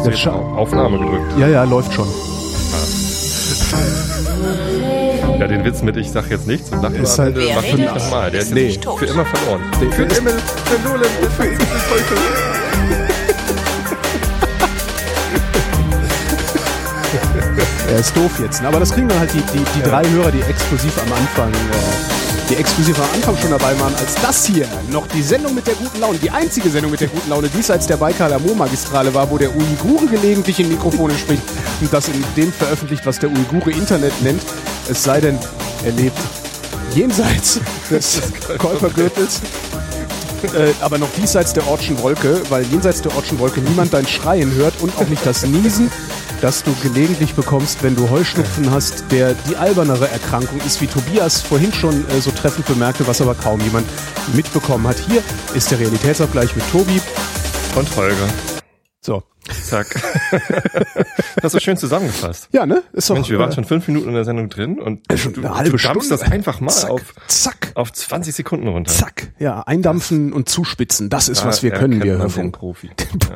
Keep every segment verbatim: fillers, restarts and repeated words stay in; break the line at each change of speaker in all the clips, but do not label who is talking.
Hast du jetzt Scha- Aufnahme gedrückt?
Ja, ja, läuft schon.
Ja, den Witz mit ich sag jetzt nichts und sag
ist halt
mach für mich nochmal. Der ist
nee.
nicht für immer verloren.
Nee.
Für immer verloren. Für immer Teufel.
Er ist doof jetzt, ne? Aber das kriegen dann halt die, die, die ja. drei Hörer, die exklusiv am Anfang, äh, die exklusiv am Anfang schon dabei waren, als das hier noch die Sendung mit der guten Laune, die einzige Sendung mit der guten Laune, diesseits der Baikaler Mo-Magistrale war, wo der Uigure gelegentlich in Mikrofone spricht und das in dem veröffentlicht, was der Uigure Internet nennt, es sei denn, er lebt jenseits des Käufergürtels. Äh, aber noch diesseits der Ortschen Wolke, weil jenseits der Ortschen Wolke niemand dein Schreien hört und auch nicht das Niesen, das du gelegentlich bekommst, wenn du Heuschnupfen hast, der die albernere Erkrankung ist, wie Tobias vorhin schon äh, so treffend bemerkte, was aber kaum jemand mitbekommen hat. Hier ist der Realitätsabgleich mit Tobi
und Holger.
So.
Zack. Das ist so schön zusammengefasst.
Ja, ne? Ist doch,
Mensch, wir waren
äh,
schon fünf Minuten in der Sendung drin und
äh, schon
du,
eine halbe
du dampfst
Stunde.
das einfach mal
zack,
auf,
zack.
auf zwanzig Sekunden runter.
Zack. Ja, eindampfen und zuspitzen. Das ist,
da
was wir können, wir
Hörfunk. Profi. Ja.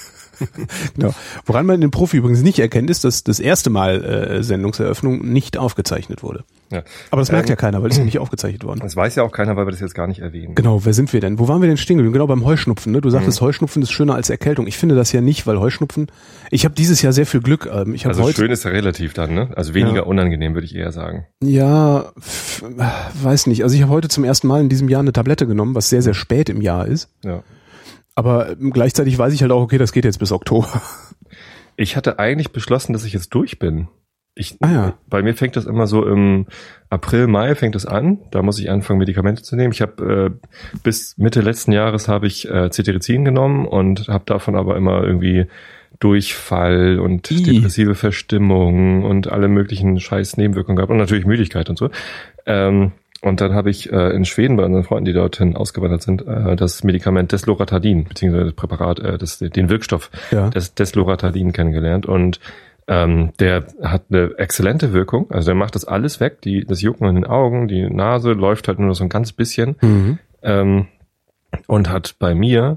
Genau. Woran man den Profi übrigens nicht erkennt, ist, dass das erste Mal äh, Sendungseröffnung nicht aufgezeichnet wurde.
Ja.
Aber das merkt
ähm,
ja keiner, weil es ja nicht aufgezeichnet worden.
Das weiß ja auch keiner, weil wir das jetzt gar nicht erwähnen.
Genau, wer sind wir denn? Wo waren wir denn stehen geblieben? Genau, beim Heuschnupfen. Ne? Du sagtest, mhm. Heuschnupfen ist schöner als Erkältung. Ich finde das ja nicht, weil Heuschnupfen... Ich habe dieses Jahr sehr viel Glück. Ähm, ich hab
also
heute,
schön ist ja relativ dann, ne? Also weniger ja. unangenehm, würde ich eher sagen.
Ja, f- weiß nicht. Also ich habe heute zum ersten Mal in diesem Jahr eine Tablette genommen, was sehr, sehr spät im Jahr ist.
Ja.
Aber gleichzeitig weiß ich halt auch, okay, das geht jetzt bis Oktober.
Ich hatte eigentlich beschlossen, dass ich jetzt durch bin. Ich,
ah, ja.
Bei mir fängt das immer so im April, Mai fängt es an. Da muss ich anfangen, Medikamente zu nehmen. Ich habe äh, bis Mitte letzten Jahres habe ich äh, Cetirizin genommen und habe davon aber immer irgendwie Durchfall und I. depressive Verstimmung und alle möglichen scheiß Nebenwirkungen gehabt und natürlich Müdigkeit und so. Ähm, Und dann habe ich äh, in Schweden bei unseren Freunden, die dorthin ausgewandert sind, äh, das Medikament Desloratadin, beziehungsweise das Präparat, äh, das, den Wirkstoff
ja.
des Desloratadin kennengelernt. Und ähm, der hat eine exzellente Wirkung. Also der macht das alles weg, die das Jucken in den Augen, die Nase läuft halt nur noch so ein ganz bisschen.
Mhm.
Ähm, und hat bei mir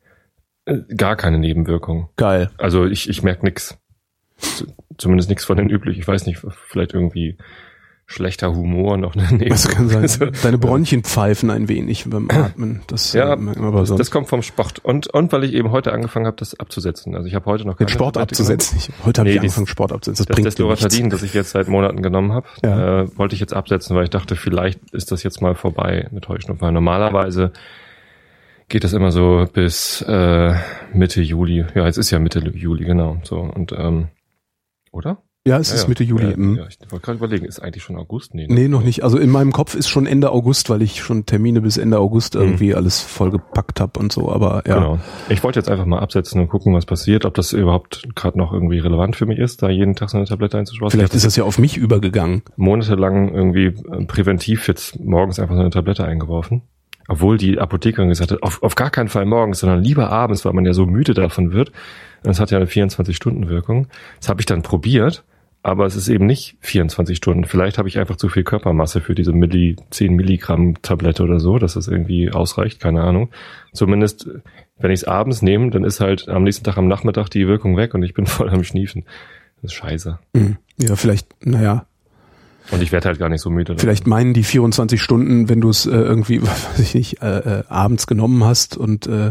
äh, gar keine Nebenwirkung.
Geil.
Also ich, ich merke nix. Z- zumindest nichts von den üblichen. Ich weiß nicht, vielleicht irgendwie schlechter Humor noch eine Nebenwirkung.
Das kann sein. Deine Bronchien pfeifen ein wenig beim Atmen. Das,
ja,
äh, merkt man aber sonst.
Das kommt vom Sport. Und, und weil ich eben heute angefangen habe, das abzusetzen. Also ich habe heute noch keine
Den Sport
Tablette
abzusetzen. Ich, heute habe
nee,
ich angefangen, Sport abzusetzen. Das,
das
bringt
Desloratadin, das ich jetzt seit Monaten genommen habe,
ja.
äh, wollte ich jetzt absetzen, weil ich dachte, vielleicht ist das jetzt mal vorbei mit Heuschnupfen. Weil normalerweise geht das immer so bis äh, Mitte Juli. Ja, jetzt ist ja Mitte Juli, genau. So und ähm, oder?
Ja, es ja, ist Mitte Juli.
Ja, ja, ich wollte gerade überlegen, ist eigentlich schon August? Nee,
nee, noch nicht. Also in meinem Kopf ist schon Ende August, weil ich schon Termine bis Ende August irgendwie mhm. alles vollgepackt habe und so, aber ja.
Genau. Ich wollte jetzt einfach mal absetzen und gucken, was passiert, ob das überhaupt gerade noch irgendwie relevant für mich ist, da jeden Tag so eine Tablette einzuschmeißen.
Vielleicht ist das ja auf mich übergegangen.
Monatelang irgendwie präventiv jetzt morgens einfach so eine Tablette eingeworfen. Obwohl die Apothekerin gesagt hat, auf, auf gar keinen Fall morgens, sondern lieber abends, weil man ja so müde davon wird. Und es hat ja eine vierundzwanzig-Stunden-Wirkung. Das habe ich dann probiert. Aber es ist eben nicht vierundzwanzig Stunden. Vielleicht habe ich einfach zu viel Körpermasse für diese Milli, zehn Milligramm Tablette oder so, dass das irgendwie ausreicht, keine Ahnung. Zumindest, wenn ich es abends nehme, dann ist halt am nächsten Tag am Nachmittag die Wirkung weg und ich bin voll am Schniefen. Das ist scheiße.
Ja, vielleicht, naja.
Und ich werde halt gar nicht so müde.
Vielleicht meinen die vierundzwanzig Stunden, wenn du es äh, irgendwie, weiß ich nicht, äh, äh, abends genommen hast und äh,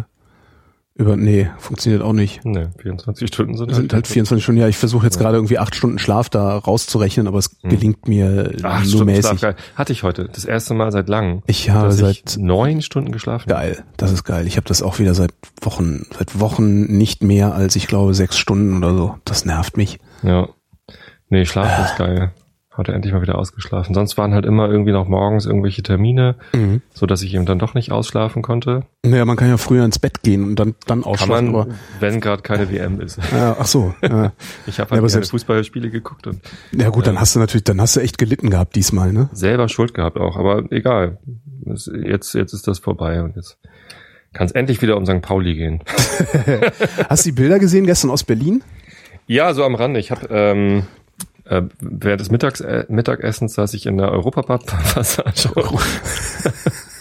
über, nee, funktioniert auch nicht.
Nee, vierundzwanzig Stunden sind,
sind halt, halt vierundzwanzig Stunden. Ja, ich versuche jetzt ja. gerade irgendwie acht Stunden Schlaf da rauszurechnen, aber es hm. gelingt mir
acht
nur
Stunden
mäßig.
Schlaf, hatte ich heute das erste Mal seit langem.
Ich habe seit
ich neun Stunden geschlafen.
Geil, das ist geil. Ich habe das auch wieder seit Wochen, seit Wochen nicht mehr als ich glaube sechs Stunden oder so. Das nervt mich.
Ja, nee, Schlaf äh. ist geil. Heute endlich mal wieder ausgeschlafen. Sonst waren halt immer irgendwie noch morgens irgendwelche Termine, mhm. so dass ich eben dann doch nicht ausschlafen konnte.
Naja, man kann ja früher ins Bett gehen und dann dann ausschlafen.
Kann man,
aber
wenn gerade keine W M ist.
Ja, ach so. Ja.
Ich habe halt
ja,
keine Fußballspiele geguckt. Und,
ja gut, dann äh, hast du natürlich, dann hast du echt gelitten gehabt diesmal, ne?
Selber Schuld gehabt auch, aber egal. Jetzt, jetzt ist das vorbei und jetzt kann es endlich wieder um Sankt Pauli gehen.
Hast du die Bilder gesehen gestern aus Berlin?
Ja, so am Rande. Ich habe ähm, Äh, während des Mittags, äh, Mittagessens saß ich in der Europapark-Passage.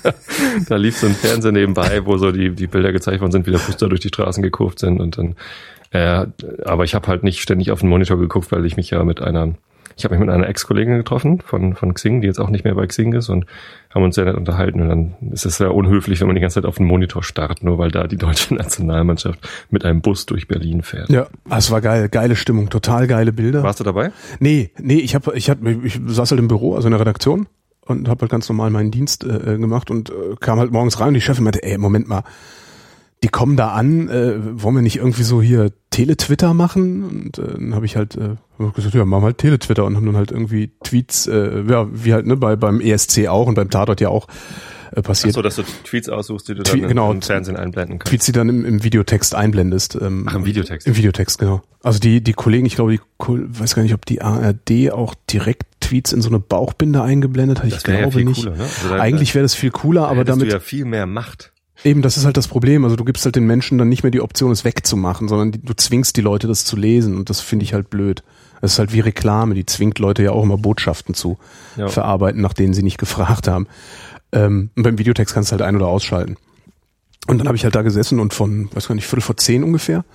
Da lief so ein Fernseher nebenbei, wo so die, die Bilder gezeigt worden sind, wie der Fußball durch die Straßen gekurvt sind und dann, äh, aber ich habe halt nicht ständig auf den Monitor geguckt, weil ich mich ja mit einer, ich habe mich mit einer Ex-Kollegin getroffen von, von Xing, die jetzt auch nicht mehr bei Xing ist und haben uns sehr nett unterhalten und dann ist es sehr unhöflich, wenn man die ganze Zeit auf den Monitor starrt, nur weil da die deutsche Nationalmannschaft mit einem Bus durch Berlin fährt.
Ja, es war geil, geile Stimmung, total geile Bilder.
Warst du dabei?
Nee, nee, ich hab, ich hab, ich saß halt im Büro, also in der Redaktion und habe halt ganz normal meinen Dienst äh, gemacht und äh, kam halt morgens rein und die Chefin meinte, ey, Moment mal, die kommen da an, äh, wollen wir nicht irgendwie so hier Tele-Twitter machen? Und äh, dann habe ich halt äh, gesagt, ja, machen wir halt Tele-Twitter und haben dann halt irgendwie Tweets, äh, ja, wie halt ne, bei beim E S C auch und beim Tatort ja auch äh, passiert.
Ach so, dass du Tweets aussuchst, die du
Tweet,
dann
genau,
im Fernsehen einblenden kannst.
Tweets, die dann im, im Videotext einblendest. Ähm,
Ach, im Videotext?
Im Videotext, genau. Also die die Kollegen, ich glaube, die weiß gar nicht, ob die A R D auch direkt Tweets in so eine Bauchbinde eingeblendet hat. Ich
Das wäre
glaube
ja viel
nicht.
Cooler, ne? Also da,
Eigentlich wäre das viel cooler, aber damit
du ja viel mehr Macht.
Eben, das ist halt das Problem. Also du gibst halt den Menschen dann nicht mehr die Option, es wegzumachen, sondern die, du zwingst die Leute, das zu lesen und das finde ich halt blöd. Das ist halt wie Reklame, die zwingt Leute ja auch immer Botschaften zu ja. verarbeiten, nach denen sie nicht gefragt haben. Ähm, und beim Videotext kannst du halt ein- oder ausschalten. Und dann habe ich halt da gesessen und von, weiß gar nicht, Viertel vor zehn ungefähr,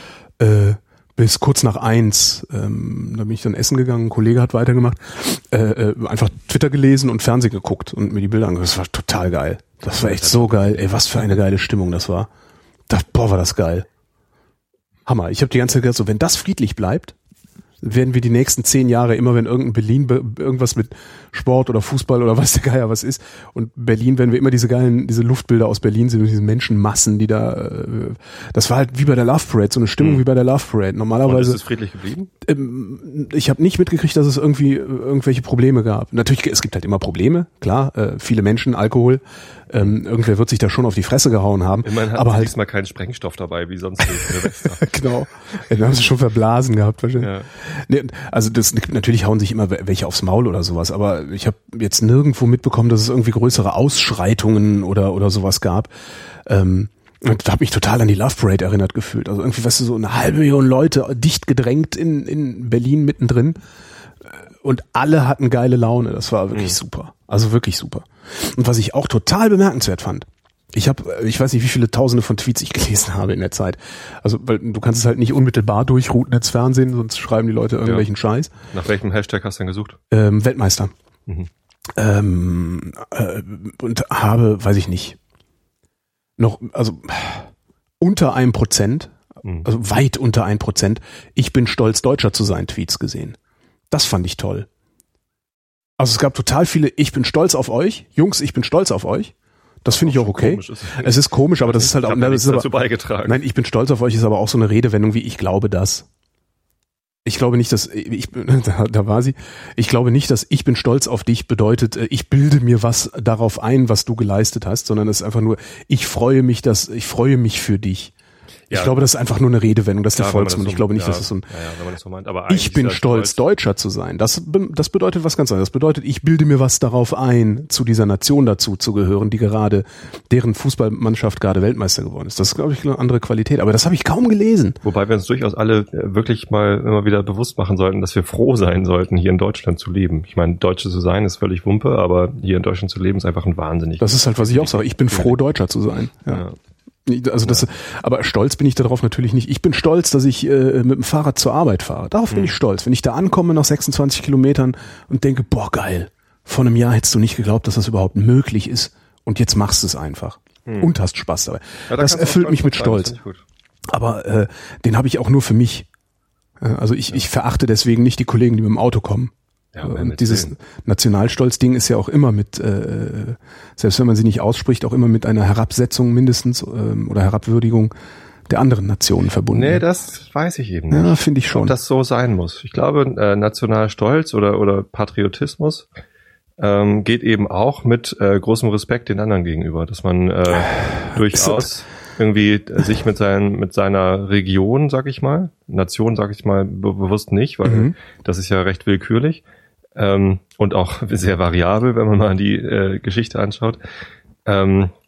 äh, bis kurz nach eins, ähm, da bin ich dann essen gegangen, ein Kollege hat weitergemacht, äh, äh, einfach Twitter gelesen und Fernsehen geguckt und mir die Bilder angeguckt. Das war total geil. Das war echt so geil. Ey, was für eine geile Stimmung das war. Das, boah, war das geil. Hammer. Ich habe die ganze Zeit gedacht, so, wenn das friedlich bleibt, werden wir die nächsten zehn Jahre immer, wenn irgendein Berlin irgendwas mit Sport oder Fußball oder was der Geier was ist und Berlin, wenn wir immer diese geilen, diese Luftbilder aus Berlin sehen, diese Menschenmassen, die da, das war halt wie bei der Love Parade, so eine Stimmung mhm. wie bei der Love Parade. Normalerweise.
Und ist es friedlich geblieben?
Ähm, ich habe nicht mitgekriegt, dass es irgendwie irgendwelche Probleme gab. Natürlich, es gibt halt immer Probleme, klar, äh, viele Menschen, Alkohol, ähm, irgendwer wird sich da schon auf die Fresse gehauen haben.
Immerhin hatten
aber
sie
halt
diesmal keinen Sprengstoff dabei, wie sonst.
Genau. Dann haben sie schon verblasen gehabt wahrscheinlich. Ja. Nee, also das natürlich hauen sich immer welche aufs Maul oder sowas, aber ich habe jetzt nirgendwo mitbekommen, dass es irgendwie größere Ausschreitungen oder oder sowas gab. Ähm, und da habe mich total an die Love Parade erinnert gefühlt. Also irgendwie, weißt du, so eine halbe Million Leute dicht gedrängt in in Berlin mittendrin und alle hatten geile Laune. Das war wirklich mhm. super. Also wirklich super. Und was ich auch total bemerkenswert fand, ich habe, ich weiß nicht, wie viele Tausende von Tweets ich gelesen habe in der Zeit. Also, weil du kannst es halt nicht unmittelbar durchrouten ins Fernsehen, sonst schreiben die Leute irgendwelchen ja. Scheiß.
Nach welchem Hashtag hast du denn gesucht?
Ähm, Weltmeister. Mhm. Ähm, äh, und habe, weiß ich nicht, noch, also unter einem Prozent, mhm. also weit unter ein Prozent, ich bin stolz, Deutscher zu sein, Tweets gesehen. Das fand ich toll. Also es gab total viele, ich bin stolz auf euch, Jungs, ich bin stolz auf euch. Das finde ich auch okay. Ist es ist komisch, aber das ist halt auch,
das ist
dazu
aber, beigetragen.
Nein, ich bin stolz auf euch ist aber auch so eine Redewendung wie ich glaube das. Ich glaube nicht, dass ich da, da war sie. Ich glaube nicht, dass ich bin stolz auf dich bedeutet, ich bilde mir was darauf ein, was du geleistet hast, sondern es ist einfach nur, ich freue mich, dass ich freue mich für dich. Ja, ich glaube, das ist einfach nur eine Redewendung, das ist der Volksmund. So, ich glaube nicht, ja, dass das so ein,
ja, ja, wenn man das so meint. Aber
ich bin stolz, stolz, Deutscher zu sein. Das, das bedeutet was ganz anderes. Das bedeutet, ich bilde mir was darauf ein, zu dieser Nation dazu zu gehören, die gerade, deren Fußballmannschaft gerade Weltmeister geworden ist. Das ist, glaube ich, eine andere Qualität. Aber das habe ich kaum gelesen.
Wobei wir uns durchaus alle wirklich mal immer wieder bewusst machen sollten, dass wir froh sein sollten, hier in Deutschland zu leben. Ich meine, Deutsche zu sein ist völlig Wumpe, aber hier in Deutschland zu leben ist einfach ein Wahnsinnig.
Das ist halt, was ich auch sage. Ich bin froh, Deutscher zu sein. Ja. ja. Also das, ja. aber stolz bin ich darauf natürlich nicht. Ich bin stolz, dass ich äh, mit dem Fahrrad zur Arbeit fahre. Darauf mhm. bin ich stolz. Wenn ich da ankomme nach sechsundzwanzig Kilometern und denke, boah geil, vor einem Jahr hättest du nicht geglaubt, dass das überhaupt möglich ist und jetzt machst du es einfach mhm. und hast Spaß dabei. Ja, da das erfüllt mich mit Stolz. Aber äh, den habe ich auch nur für mich. Also ich, ja. ich verachte deswegen nicht die Kollegen, die mit dem Auto kommen. Ja, und dieses Nationalstolz-Ding ist ja auch immer mit, äh, selbst wenn man sie nicht ausspricht, auch immer mit einer Herabsetzung mindestens ähm, oder Herabwürdigung der anderen Nationen verbunden.
Nee, das weiß ich eben nicht.
Ja, finde ich schon.
Ob das so sein muss. Ich glaube, äh, Nationalstolz oder oder Patriotismus ähm, geht eben auch mit äh, großem Respekt den anderen gegenüber, dass man äh, durchaus irgendwie sich mit seinen mit seiner Region, sag ich mal, Nation, sag ich mal, be- bewusst nicht, weil mhm. das ist ja recht willkürlich. Ähm, und auch sehr variabel, wenn man mal die äh, Geschichte anschaut. Ähm,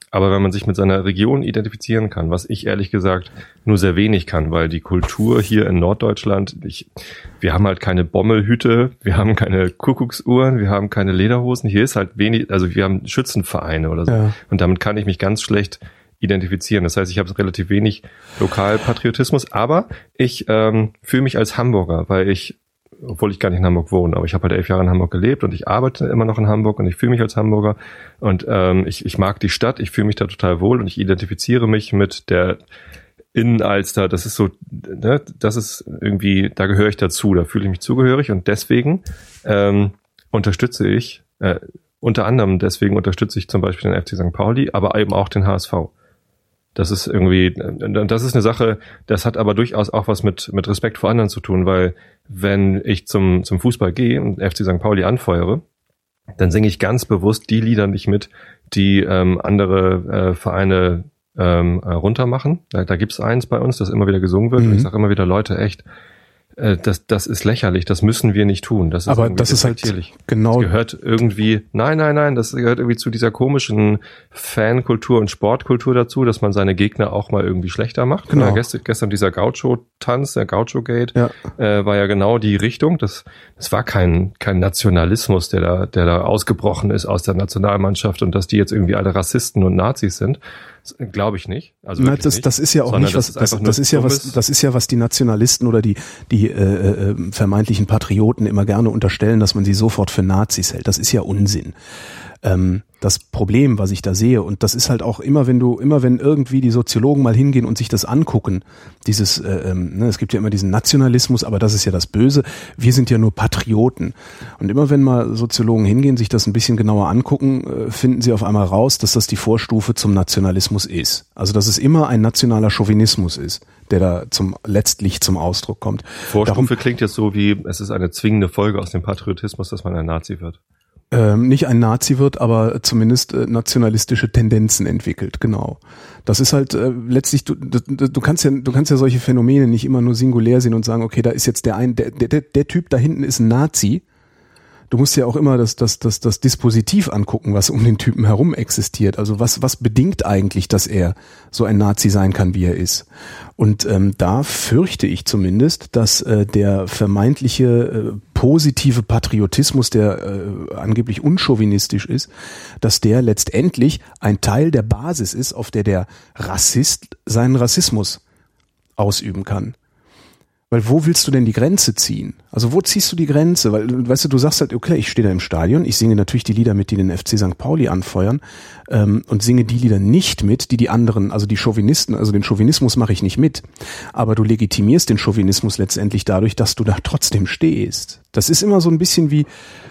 Aber wenn man sich mit seiner Region identifizieren kann, was ich ehrlich gesagt nur sehr wenig kann, weil die Kultur hier in Norddeutschland, ich, wir haben halt keine Bommelhüte, wir haben keine Kuckucksuhren, wir haben keine Lederhosen. Hier ist halt wenig, also wir haben Schützenvereine oder so. Ja. Und damit kann ich mich ganz schlecht identifizieren. Das heißt, ich habe relativ wenig Lokalpatriotismus, aber ich ähm, fühle mich als Hamburger, weil ich, obwohl ich gar nicht in Hamburg wohne, aber ich habe halt elf Jahre in Hamburg gelebt und ich arbeite immer noch in Hamburg und ich fühle mich als Hamburger und ähm, ich, ich mag die Stadt, ich fühle mich da total wohl und ich identifiziere mich mit der Innenalster. Das ist so, ne, das ist irgendwie, da gehöre ich dazu, da fühle ich mich zugehörig und deswegen ähm, unterstütze ich, äh, unter anderem deswegen unterstütze ich zum Beispiel den F C Sankt Pauli, aber eben auch den H S V. Das ist irgendwie, das ist eine Sache, das hat aber durchaus auch was mit mit Respekt vor anderen zu tun, weil wenn ich zum zum Fußball gehe und F C Sankt Pauli anfeuere, dann singe ich ganz bewusst die Lieder nicht mit, die ähm, andere äh, Vereine ähm, äh, runtermachen. Da, da gibt's eins bei uns, das immer wieder gesungen wird. Mhm. Und ich sage immer wieder, Leute, echt, Das, das ist lächerlich, das müssen wir nicht tun. Das ist
aber das ist halt genau.
Das gehört irgendwie, nein, nein, nein, das gehört irgendwie zu dieser komischen Fankultur und Sportkultur dazu, dass man seine Gegner auch mal irgendwie schlechter macht.
Genau.
Gestern, gestern dieser Gaucho-Tanz, der Gaucho-Gate, ja. äh, war ja genau die Richtung. Das, das war kein, kein Nationalismus, der da, der da ausgebrochen ist aus der Nationalmannschaft und dass die jetzt irgendwie alle Rassisten und Nazis sind. Glaube ich nicht. Also
Nein, das,
nicht.
das ist ja auch nicht was. Das, das, das ist ja was. Das ist ja was die Nationalisten oder die die äh, äh, vermeintlichen Patrioten immer gerne unterstellen, dass man sie sofort für Nazis hält. Das ist ja Unsinn. Ähm, das Problem, was ich da sehe, und das ist halt auch immer, wenn du, immer wenn irgendwie die Soziologen mal hingehen und sich das angucken, dieses, äh, ähm, ne, es gibt ja immer diesen Nationalismus, aber das ist ja das Böse, wir sind ja nur Patrioten. Und immer wenn mal Soziologen hingehen, sich das ein bisschen genauer angucken, äh, finden sie auf einmal raus, dass das die Vorstufe zum Nationalismus ist. Also dass es immer ein nationaler Chauvinismus ist, der da zum letztlich zum Ausdruck kommt.
Vorstufe Darum, klingt jetzt so wie, es ist eine zwingende Folge aus dem Patriotismus, dass man ein Nazi wird.
Ähm, nicht ein Nazi wird, aber zumindest äh, nationalistische Tendenzen entwickelt, genau. Das ist halt äh, letztlich, du, du, du kannst ja, du kannst ja solche Phänomene nicht immer nur singulär sehen und sagen, okay, da ist jetzt der ein, der, der, der Typ da hinten ist ein Nazi. Du musst ja auch immer das, das, das, das Dispositiv angucken, was um den Typen herum existiert. Also was, was bedingt eigentlich, dass er so ein Nazi sein kann, wie er ist? Und ähm, da fürchte ich zumindest, dass äh, der vermeintliche äh, positive Patriotismus, der äh, angeblich unchauvinistisch ist, dass der letztendlich ein Teil der Basis ist, auf der der Rassist seinen Rassismus ausüben kann. Weil wo willst du denn die Grenze ziehen? Also wo ziehst du die Grenze? Weil, weißt du, du sagst halt, okay, ich stehe da im Stadion, ich singe natürlich die Lieder mit, die den F C Sankt Pauli anfeuern, ähm, und singe die Lieder nicht mit, die die anderen, also die Chauvinisten, also den Chauvinismus mache ich nicht mit. Aber du legitimierst den Chauvinismus letztendlich dadurch, dass du da trotzdem stehst. Das ist immer so ein bisschen wie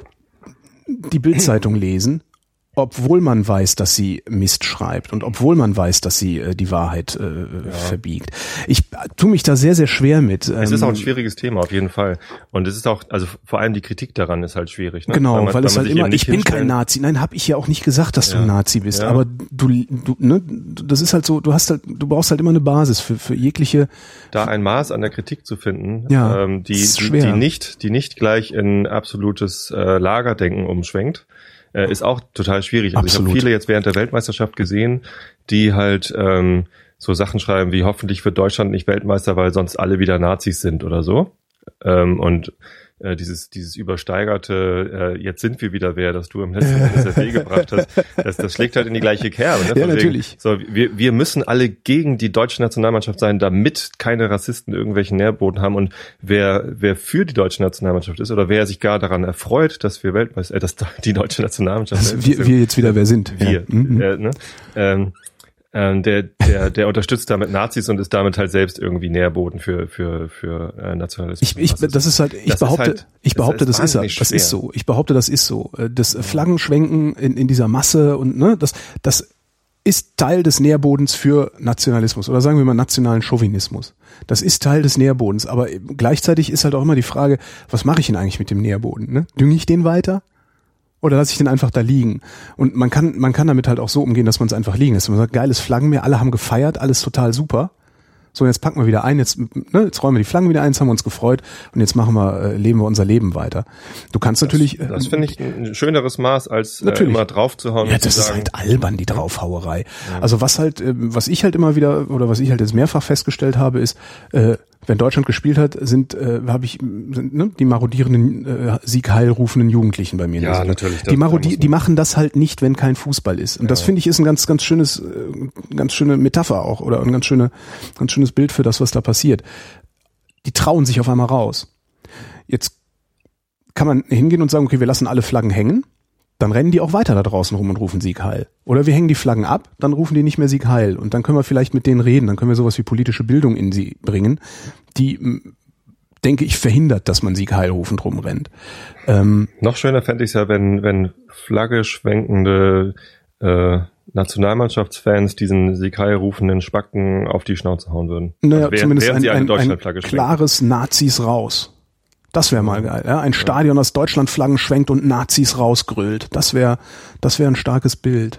die Bild-Zeitung lesen, obwohl man weiß, dass sie Mist schreibt und obwohl man weiß, dass sie äh, die Wahrheit äh, ja. verbiegt. Ich äh, tue mich da sehr, sehr schwer mit.
Es ist auch ein schwieriges Thema, auf jeden Fall. Und es ist auch, also vor allem die Kritik daran ist halt schwierig. Ne?
Genau, weil, man,
weil
es halt immer, ich bin kein Nazi. Nein, habe ich ja auch nicht gesagt, dass ja. du ein Nazi bist. Ja. Aber du, du, ne, das ist halt so, du hast halt, du brauchst halt immer eine Basis für, für jegliche.
Da ein Maß an der Kritik zu finden,
ja,
ähm, die, die, die nicht, die nicht gleich in absolutes äh, Lagerdenken umschwenkt. Ist auch total schwierig. Also
Absolut.
Ich habe viele jetzt während der Weltmeisterschaft gesehen, die halt ähm, so Sachen schreiben wie hoffentlich wird Deutschland nicht Weltmeister, weil sonst alle wieder Nazis sind oder so. Ähm, und äh, dieses dieses übersteigerte, äh, jetzt sind wir wieder wer, das du im letzten N S F W gebracht hast, das, das schlägt halt in die gleiche Kerbe. Ne?
Ja, natürlich.
Wegen, so, wir, wir müssen alle gegen die deutsche Nationalmannschaft sein, damit keine Rassisten irgendwelchen Nährboden haben. Und wer wer für die deutsche Nationalmannschaft ist oder wer sich gar daran erfreut, dass wir Weltmeister, äh, dass die deutsche Nationalmannschaft
also wir, wir jetzt wieder wer sind.
Wir,
ja. mhm.
äh, ne? ähm, Ähm, der, der, der unterstützt damit Nazis und ist damit halt selbst irgendwie Nährboden für, für, für äh, Nationalismus.
Ich, ich, das ist halt, ich
das
behaupte,
halt,
ich behaupte, das, das ist, das
schwer.
ist so. Ich behaupte, das ist so. Das Flaggenschwenken in, in dieser Masse und, ne, das, das ist Teil des Nährbodens für Nationalismus oder sagen wir mal nationalen Chauvinismus. Das ist Teil des Nährbodens, aber gleichzeitig ist halt auch immer die Frage, was mache ich denn eigentlich mit dem Nährboden, ne? Dünge ich den weiter? Oder lasse ich den einfach da liegen? Und man kann, man kann damit halt auch so umgehen, dass man es einfach liegen lässt. Man sagt, geiles Flaggenmeer, alle haben gefeiert, alles total super. So, jetzt packen wir wieder ein, jetzt, ne, jetzt räumen wir die Flaggen wieder ein, jetzt haben wir uns gefreut und jetzt machen wir, äh, leben wir unser Leben weiter. Du kannst
das,
natürlich...
Das, das finde ich ein schöneres Maß, als äh, immer draufzuhauen.
Ja,
und
das
zu
ist
sagen,
halt albern, die Draufhauerei.
Ja.
Also was halt, äh, was ich halt immer wieder, oder was ich halt jetzt mehrfach festgestellt habe, ist, äh, wenn Deutschland gespielt hat, sind, äh, habe ich, sind, ne, die marodierenden, äh, Sieg-Heil rufenden Jugendlichen bei mir.
Ja, natürlich.
Die, Marodi- die machen das halt nicht, wenn kein Fußball ist. Und ja. das finde ich ist ein ganz, ganz schönes, äh, ganz schöne Metapher auch, oder ein ganz schöne, ganz schönes Bild für das, was da passiert. Die trauen sich auf einmal raus. Jetzt kann man hingehen und sagen, okay, wir lassen alle Flaggen hängen. Dann rennen die auch weiter da draußen rum und rufen Sieg Heil. Oder wir hängen die Flaggen ab, dann rufen die nicht mehr Sieg Heil. Und dann können wir vielleicht mit denen reden, dann können wir sowas wie politische Bildung in sie bringen, die, denke ich, verhindert, dass man Sieg Heil rufend rumrennt. Ähm,
Noch schöner fände ich es ja, wenn, wenn Flagge schwenkende äh, Nationalmannschaftsfans diesen Sieg Heil rufenden Spacken auf die Schnauze hauen würden.
Naja,
also wär,
zumindest ein,
ein,
ein klares Nazis raus. Das wäre mal geil, ja? Ein Stadion, das Deutschlandflaggen schwenkt und Nazis rausgrüllt. Das wäre, das wäre ein starkes Bild.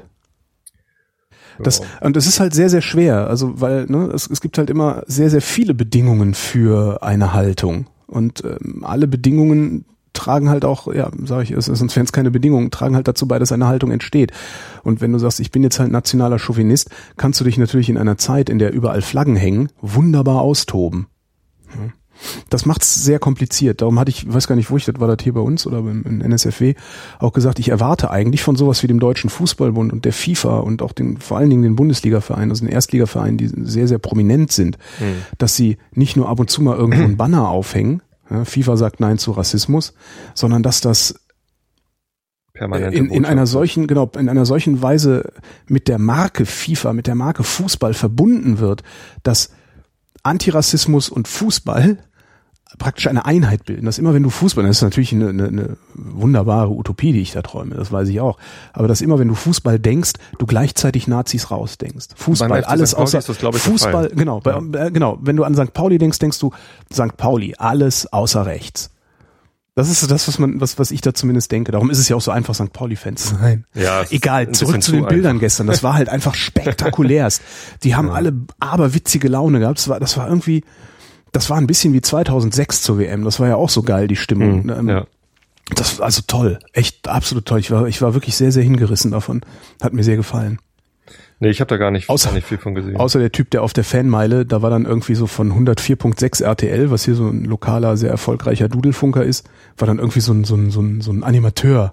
Das, und es ist halt sehr, sehr schwer, also weil ne, es, es gibt halt immer sehr, sehr viele Bedingungen für eine Haltung und ähm, alle Bedingungen tragen halt auch, ja, sage ich, es, sonst wären es keine Bedingungen, tragen halt dazu bei, dass eine Haltung entsteht. Und wenn du sagst, ich bin jetzt halt nationaler Chauvinist, kannst du dich natürlich in einer Zeit, in der überall Flaggen hängen, wunderbar austoben. Hm. Das macht's sehr kompliziert. Darum hatte ich, weiß gar nicht, wo ich das war, das hier bei uns oder im, im N S F W, auch gesagt, ich erwarte eigentlich von sowas wie dem Deutschen Fußballbund und der FIFA und auch den, vor allen Dingen den Bundesliga-Vereinen, also den Erstligavereinen, die sehr, sehr prominent sind, hm. dass sie nicht nur ab und zu mal irgendwo ein Banner aufhängen, ja, FIFA sagt Nein zu Rassismus, sondern dass das Permanente in, in einer solchen, genau, in einer solchen Weise mit der Marke FIFA, mit der Marke Fußball verbunden wird, dass Antirassismus und Fußball praktisch eine Einheit bilden. Dass immer, wenn du Fußball, das ist natürlich eine, eine, eine wunderbare Utopie, die ich da träume, das weiß ich auch, aber dass immer, wenn du Fußball denkst, du gleichzeitig Nazis rausdenkst. Fußball, alles außer
ist das, glaube ich,
Fußball, genau, bei, äh, genau, wenn du an Sankt Pauli denkst, denkst du Sankt Pauli, alles außer rechts. Das ist das, was man, was, was ich da zumindest denke. Darum ist es ja auch so einfach, Sankt Pauli-Fans zu sein.
Ja,
egal, zurück zu den Bildern einfach. Gestern. Das war halt einfach spektakulärst. Die haben ja. alle aberwitzige Laune gehabt. Das war, das war irgendwie, das war ein bisschen wie zweitausendsechs zur W M. Das war ja auch so geil, die Stimmung.
Mhm, ja.
Das war also toll. Echt absolut toll. Ich war, ich war wirklich sehr, sehr hingerissen davon. Hat mir sehr gefallen.
Nee, ich habe da gar nicht,
außer,
gar nicht viel von gesehen.
Außer der Typ, der auf der Fanmeile, da war dann irgendwie so von hundertvier Komma sechs R T L, was hier so ein lokaler, sehr erfolgreicher Dudelfunker ist, war dann irgendwie so ein, so ein, so ein, so ein Animateur.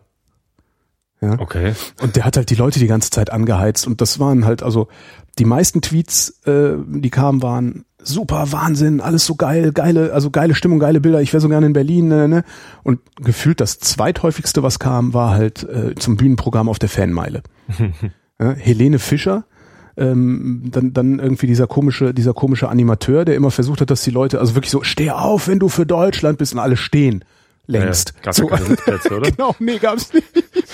Ja?
Okay.
Und der hat halt die Leute die ganze Zeit angeheizt und das waren halt, also die meisten Tweets, äh, die kamen, waren super, Wahnsinn, alles so geil, geile, also geile Stimmung, geile Bilder, ich wäre so gerne in Berlin, ne, ne. Und gefühlt das zweithäufigste, was kam, war halt äh, zum Bühnenprogramm auf der Fanmeile. Ja, Helene Fischer, ähm, dann, dann irgendwie dieser komische, dieser komische Animateur, der immer versucht hat, dass die Leute, also wirklich so, steh auf, wenn du für Deutschland bist, und alle stehen längst.
Ja, gab's
so,
ja keine Sitzplätze, oder?
Genau, nee, gab's nicht.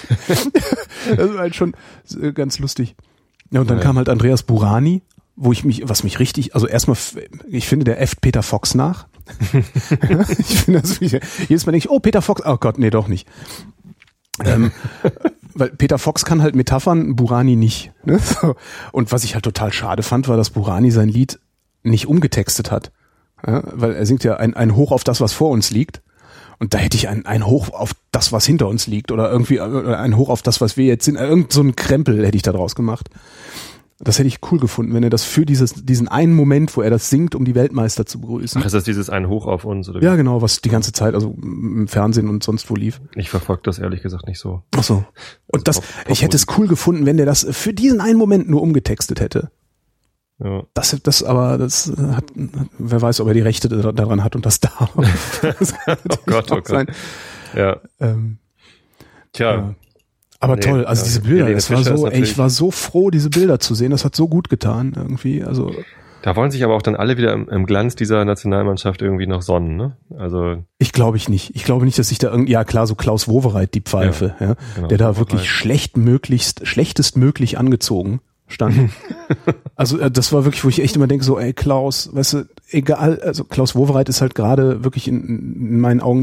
Das war halt schon ganz lustig. Ja, und dann ja. kam halt Andreas Burani, wo ich mich, was mich richtig, also erstmal, ich finde, der äfft Peter Fox nach. Ich finde das, jedes Mal denke ich, oh, Peter Fox, oh Gott, nee, doch nicht. ähm, weil Peter Fox kann halt Metaphern, Burani nicht. Ne? So. Und was ich halt total schade fand, war, dass Burani sein Lied nicht umgetextet hat. Ja? Weil er singt ja ein, ein Hoch auf das, was vor uns liegt. Und da hätte ich ein, ein Hoch auf das, was hinter uns liegt. Oder irgendwie ein Hoch auf das, was wir jetzt sind. Irgend so ein Krempel hätte ich da draus gemacht. Das hätte ich cool gefunden, wenn er das für dieses, diesen einen Moment, wo er das singt, um die Weltmeister zu begrüßen.
Ach, ist das dieses ein Hoch auf uns? Oder wie?
Ja, genau, was die ganze Zeit, also im Fernsehen und sonst wo lief.
Ich verfolge das ehrlich gesagt nicht so.
Ach so. Und das, ich hätte es cool gefunden, wenn der das für diesen einen Moment nur umgetextet hätte.
Ja.
Das, das aber, das hat, wer weiß, ob er die Rechte daran hat und das darf. Das
oh Gott, oh Gott. Sein. Ja.
Ähm,
Tja.
Ja. Aber nee, toll, also
ja,
diese Bilder, es war so, ey, ich
natürlich.
war so froh, diese Bilder zu sehen, das hat so gut getan, irgendwie, also.
Da wollen sich aber auch dann alle wieder im, im Glanz dieser Nationalmannschaft irgendwie noch sonnen, ne? Also.
Ich glaube ich nicht. Ich glaube nicht, dass sich da irgendwie, ja klar, so Klaus Wowereit, die Pfeife, ja, ja genau, der da Wowereit. Wirklich schlecht möglichst, schlechtestmöglich angezogen stand. Also, das war wirklich, wo ich echt immer denke, so, ey, Klaus, weißt du, egal, also Klaus Wowereit ist halt gerade wirklich in, in meinen Augen der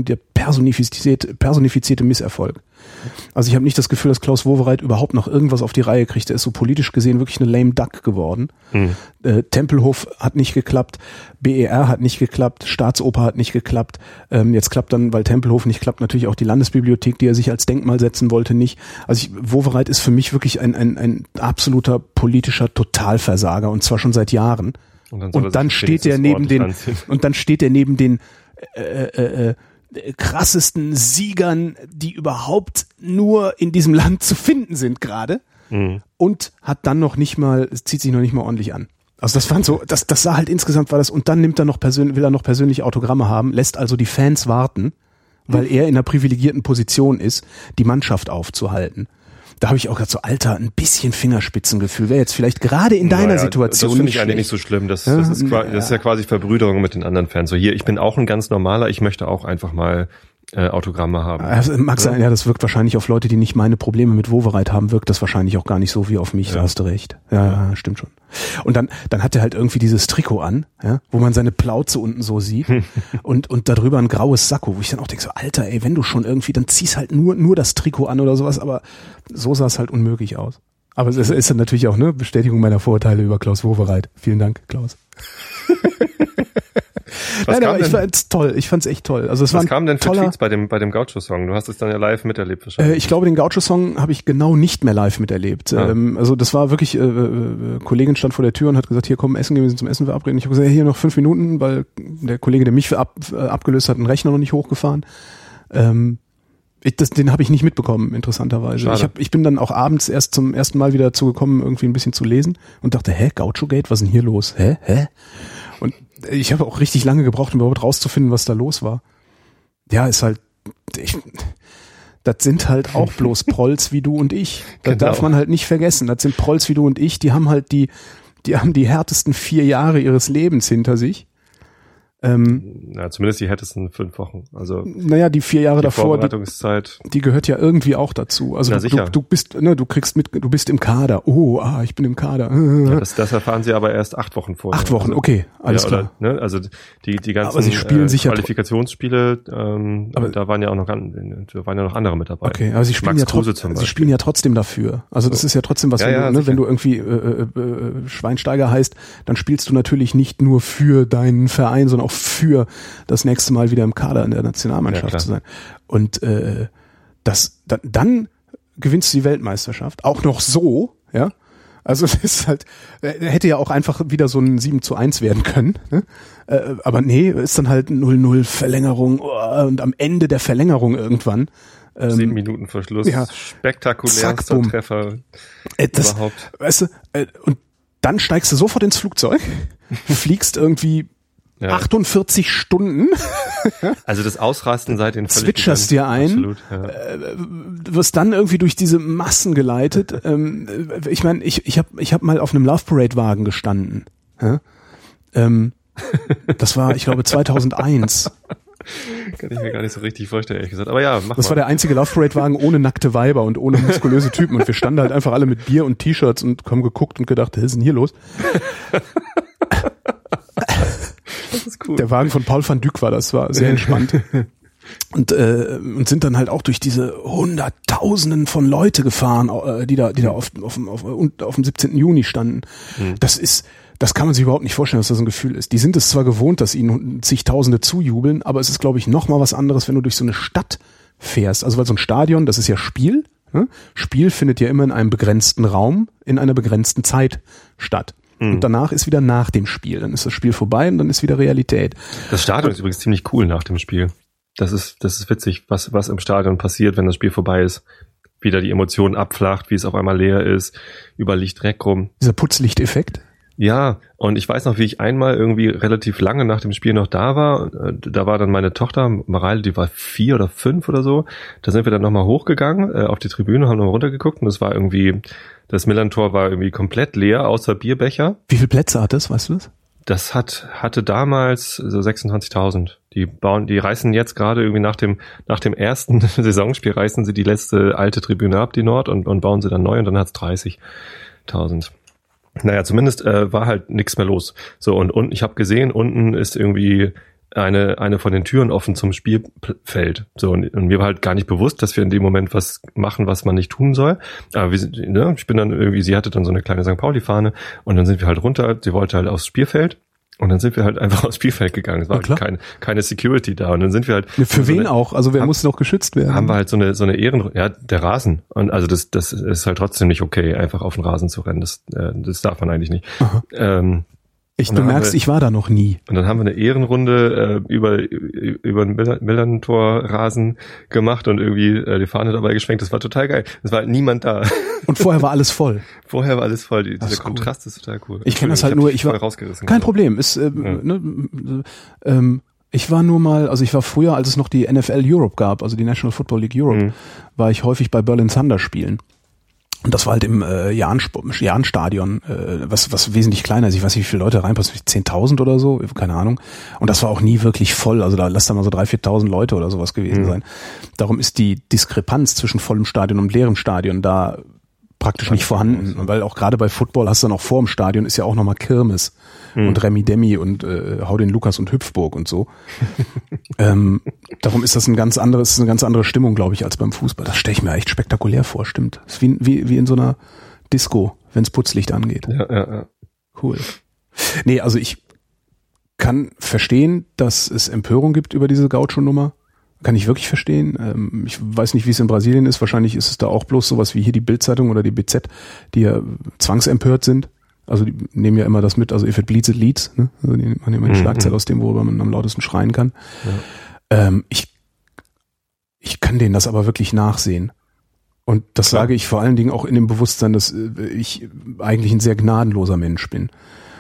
personifizierte, personifizierte Misserfolg. Also ich habe nicht das Gefühl, dass Klaus Wowereit überhaupt noch irgendwas auf die Reihe kriegt. Er ist so politisch gesehen wirklich eine lame duck geworden. Mhm. Äh, Tempelhof hat nicht geklappt, B E R hat nicht geklappt, Staatsoper hat nicht geklappt. Ähm, jetzt klappt dann, weil Tempelhof nicht klappt, natürlich auch die Landesbibliothek, die er sich als Denkmal setzen wollte, nicht. Also ich, Wowereit ist für mich wirklich ein, ein, ein absoluter politischer Totalversager und zwar schon seit Jahren. Und dann, und dann steht er neben den und dann steht er neben den äh, äh, äh, krassesten Siegern, die überhaupt nur in diesem Land zu finden sind gerade, mhm. und hat dann noch nicht mal, zieht sich noch nicht mal ordentlich an. Also das waren so, das, das sah halt insgesamt war das, und dann nimmt er noch persönlich, will er noch persönliche Autogramme haben, lässt also die Fans warten, weil mhm. er in einer privilegierten Position ist, die Mannschaft aufzuhalten. Da habe ich auch gerade so, Alter, ein bisschen Fingerspitzengefühl wäre jetzt vielleicht gerade in deiner naja, Situation.
Das finde ich eigentlich nicht so schlimm. Das, das, ist quasi, das ist ja quasi Verbrüderung mit den anderen Fans. So hier, ich bin auch ein ganz normaler, ich möchte auch einfach mal äh, Autogramme haben.
Also, mag sein, ja, das wirkt wahrscheinlich auf Leute, die nicht meine Probleme mit Wowereit haben, wirkt das wahrscheinlich auch gar nicht so wie auf mich, ja. Da hast du recht. Ja, ja, stimmt schon. Und dann, dann hat er halt irgendwie dieses Trikot an, ja, wo man seine Plauze unten so sieht und, und darüber ein graues Sakko, wo ich dann auch denke so, Alter, ey, wenn du schon irgendwie, dann ziehst halt nur, nur das Trikot an oder sowas, aber so sah es halt unmöglich aus. Aber es ist dann natürlich auch eine Bestätigung meiner Vorurteile über Klaus Wowereit. Vielen Dank, Klaus. Nein, aber ich fand's toll. Ich fand's echt toll. Also es
was
war
kam denn für
toller,
Tweets bei dem bei dem Gaucho-Song? Du hast es dann ja live miterlebt wahrscheinlich.
Äh, ich glaube, den Gaucho-Song habe ich genau nicht mehr live miterlebt. Ja. Ähm, also das war wirklich, äh, äh, Kollegin stand vor der Tür und hat gesagt, hier komm, essen gehen, wir sind zum Essen verabreden. Ich habe gesagt, hier noch fünf Minuten, weil der Kollege, der mich ab, äh, abgelöst hat, einen Rechner noch nicht hochgefahren. Ähm, ich, das, den habe ich nicht mitbekommen, interessanterweise. Schade. Ich, hab, ich bin dann auch abends erst zum ersten Mal wieder dazu gekommen, irgendwie ein bisschen zu lesen und dachte, hä, Gaucho-Gate, was ist denn hier los? Hä, hä? Und ich habe auch richtig lange gebraucht, um überhaupt rauszufinden, was da los war. Ja, ist halt, ich, das sind halt auch bloß Prolls wie du und ich. Das genau. darf man halt nicht vergessen. Das sind Prolls wie du und ich, die haben halt die, die haben die härtesten vier Jahre ihres Lebens hinter sich. Ähm,
ja, zumindest die härtesten fünf Wochen. Also
naja, die vier Jahre
die
davor,
Vorbereitungszeit.
Die, die gehört ja irgendwie auch dazu. Also
Na,
du,
sicher.
du, du bist, ne, du kriegst mit, du bist im Kader. Oh, ah, ich bin im Kader.
Ja, das, das erfahren sie aber erst acht Wochen vorher.
Acht Wochen,
also,
okay, alles
ja,
klar.
Oder, ne, also die die ganzen
aber sie spielen
äh,
sicher
Qualifikationsspiele, ähm, aber da waren ja auch noch, da waren ja noch andere mit dabei.
Okay, aber sie spielen
Max
ja
Kruse zum Beispiel.
Sie spielen ja trotzdem dafür. Also das ist ja trotzdem was,
ja,
wenn,
ja,
du, ne, wenn du irgendwie äh, äh, Schweinsteiger heißt, dann spielst du natürlich nicht nur für deinen Verein, sondern auch für das nächste Mal wieder im Kader in der Nationalmannschaft ja, zu sein. Und äh, das dann, dann gewinnst du die Weltmeisterschaft, auch noch so, ja. Also es ist halt, äh, hätte ja auch einfach wieder so ein sieben zu eins werden können, ne? Äh, aber nee, ist dann halt null null Verlängerung oh, und am Ende der Verlängerung irgendwann
ähm, sieben Minuten vor Schluss, ja, spektakulärster Treffer
äh, das, überhaupt. Weißt du, äh, und dann steigst du sofort ins Flugzeug, fliegst irgendwie ja. achtundvierzig Stunden.
Also das Ausrasten seit den
zwitscherst dir ein, absolut, ja. äh, wirst dann irgendwie durch diese Massen geleitet. ähm, ich meine, ich ich habe ich hab mal auf einem Love Parade Wagen gestanden. Ja? Ähm, das war, ich glaube, zweitausendeins.
Kann ich mir gar nicht so richtig vorstellen, ehrlich gesagt. Aber ja, mach
Das
mal.
war der einzige Love Parade Wagen ohne nackte Weiber und ohne muskulöse Typen. Und wir standen halt einfach alle mit Bier und T-Shirts und haben geguckt und gedacht, was ist denn hier los?
Das ist cool.
Der Wagen von Paul van Dyk war das, war sehr entspannt. Und, äh, und sind dann halt auch durch diese Hunderttausenden von Leute gefahren, äh, die da, die da auf, auf, auf, auf dem siebzehnten Juni standen. Mhm. Das ist, das kann man sich überhaupt nicht vorstellen, dass das ein Gefühl ist. Die sind es zwar gewohnt, dass ihnen zigtausende zujubeln, aber es ist, glaube ich, noch mal was anderes, wenn du durch so eine Stadt fährst. Also weil so ein Stadion, das ist ja Spiel. Ne? Spiel findet ja immer in einem begrenzten Raum, in einer begrenzten Zeit statt. Und danach ist wieder nach dem Spiel. Dann ist das Spiel vorbei und dann ist wieder Realität.
Das Stadion ist übrigens ziemlich cool nach dem Spiel. Das ist, das ist witzig, was, was im Stadion passiert, wenn das Spiel vorbei ist. Wieder die Emotionen abflacht, wie es auf einmal leer ist, überall liegt Dreck rum.
Dieser Putzlichteffekt?
Ja, und ich weiß noch, wie ich einmal irgendwie relativ lange nach dem Spiel noch da war. Da war dann meine Tochter, Mareile, die war vier oder fünf oder so. Da sind wir dann nochmal hochgegangen äh, auf die Tribüne, haben nochmal runtergeguckt und das war irgendwie, das Millern-Tor war irgendwie komplett leer, außer Bierbecher.
Wie viele Plätze hat das, weißt du das?
Das hat, hatte damals so sechsundzwanzigtausend. Die bauen, die reißen jetzt gerade irgendwie nach dem, nach dem ersten Saisonspiel reißen sie die letzte alte Tribüne ab, die Nord, und, und bauen sie dann neu und dann hat's dreißigtausend. Naja, zumindest äh, war halt nichts mehr los. So, und unten, ich habe gesehen, unten ist irgendwie eine eine von den Türen offen zum Spielfeld. So, und, und mir war halt gar nicht bewusst, dass wir in dem Moment was machen, was man nicht tun soll. Aber wir sind, ne, ich bin dann irgendwie, sie hatte dann so eine kleine Sankt Pauli-Fahne und dann sind wir halt runter, sie wollte halt aufs Spielfeld. Und dann sind wir halt einfach aufs Spielfeld gegangen. Es war halt keine, keine Security da. Und dann sind wir halt.
Ja, für
so
wen
eine,
auch? Also wer haben, musste noch geschützt werden?
Haben wir halt so eine, so eine Ehren, ja, der Rasen. Und also das, das ist halt trotzdem nicht okay, einfach auf den Rasen zu rennen. Das, äh, das darf man eigentlich nicht. Ähm,
Ich, du merkst, wir, ich war da noch nie.
Und dann haben wir eine Ehrenrunde äh, über über den Millantor-Rasen gemacht und irgendwie äh, die Fahne dabei geschwenkt. Das war total geil. Es war halt niemand da.
Und vorher war alles voll.
Vorher war alles voll. Die, dieser
ist cool.
Kontrast ist total cool.
Ich kenne das halt nur. Ich war
rausgerissen.
Kein Problem. Ist äh, ja. ne, ähm, ich war nur mal, also ich war früher, als es noch die N F L Europe gab, also die National Football League Europe, mhm. war ich häufig bei Berlin Thunder Spielen. Und das war halt im äh, Jahn-Stadion, äh, was was wesentlich kleiner ist. Ich weiß nicht, wie viele Leute reinpassen, zehntausend oder so, keine Ahnung. Und das war auch nie wirklich voll. Also da lass da mal so dreitausend, viertausend Leute oder sowas gewesen mhm. sein. Darum ist die Diskrepanz zwischen vollem Stadion und leerem Stadion da praktisch nicht vorhanden. Und weil auch gerade bei Football hast du dann auch vor dem Stadion ist ja auch nochmal Kirmes mhm. und Remi Demi und äh, Hau den Lukas und Hüpfburg und so. ähm, darum ist das ein ganz anderes, eine ganz andere Stimmung, glaube ich, als beim Fußball. Das stelle ich mir echt spektakulär vor, stimmt. Das ist wie, wie, wie in so einer Disco, wenns Putzlicht angeht.
Ja, ja, ja.
Cool. Nee, also ich kann verstehen, dass es Empörung gibt über diese Gaucho-Nummer. Kann ich wirklich verstehen. Ähm, ich weiß nicht, wie es in Brasilien ist. Wahrscheinlich ist es da auch bloß sowas wie hier die Bild-Zeitung oder die B Z, die ja zwangsempört sind. Also die nehmen ja immer das mit, also if it bleeds, it leads. Ne? Also die nehmen immer die Schlagzeile aus dem, worüber man am lautesten schreien kann. Ja. Ähm, ich, ich kann denen das aber wirklich nachsehen. Und das Klar. sage ich vor allen Dingen auch in dem Bewusstsein, dass ich eigentlich ein sehr gnadenloser Mensch bin.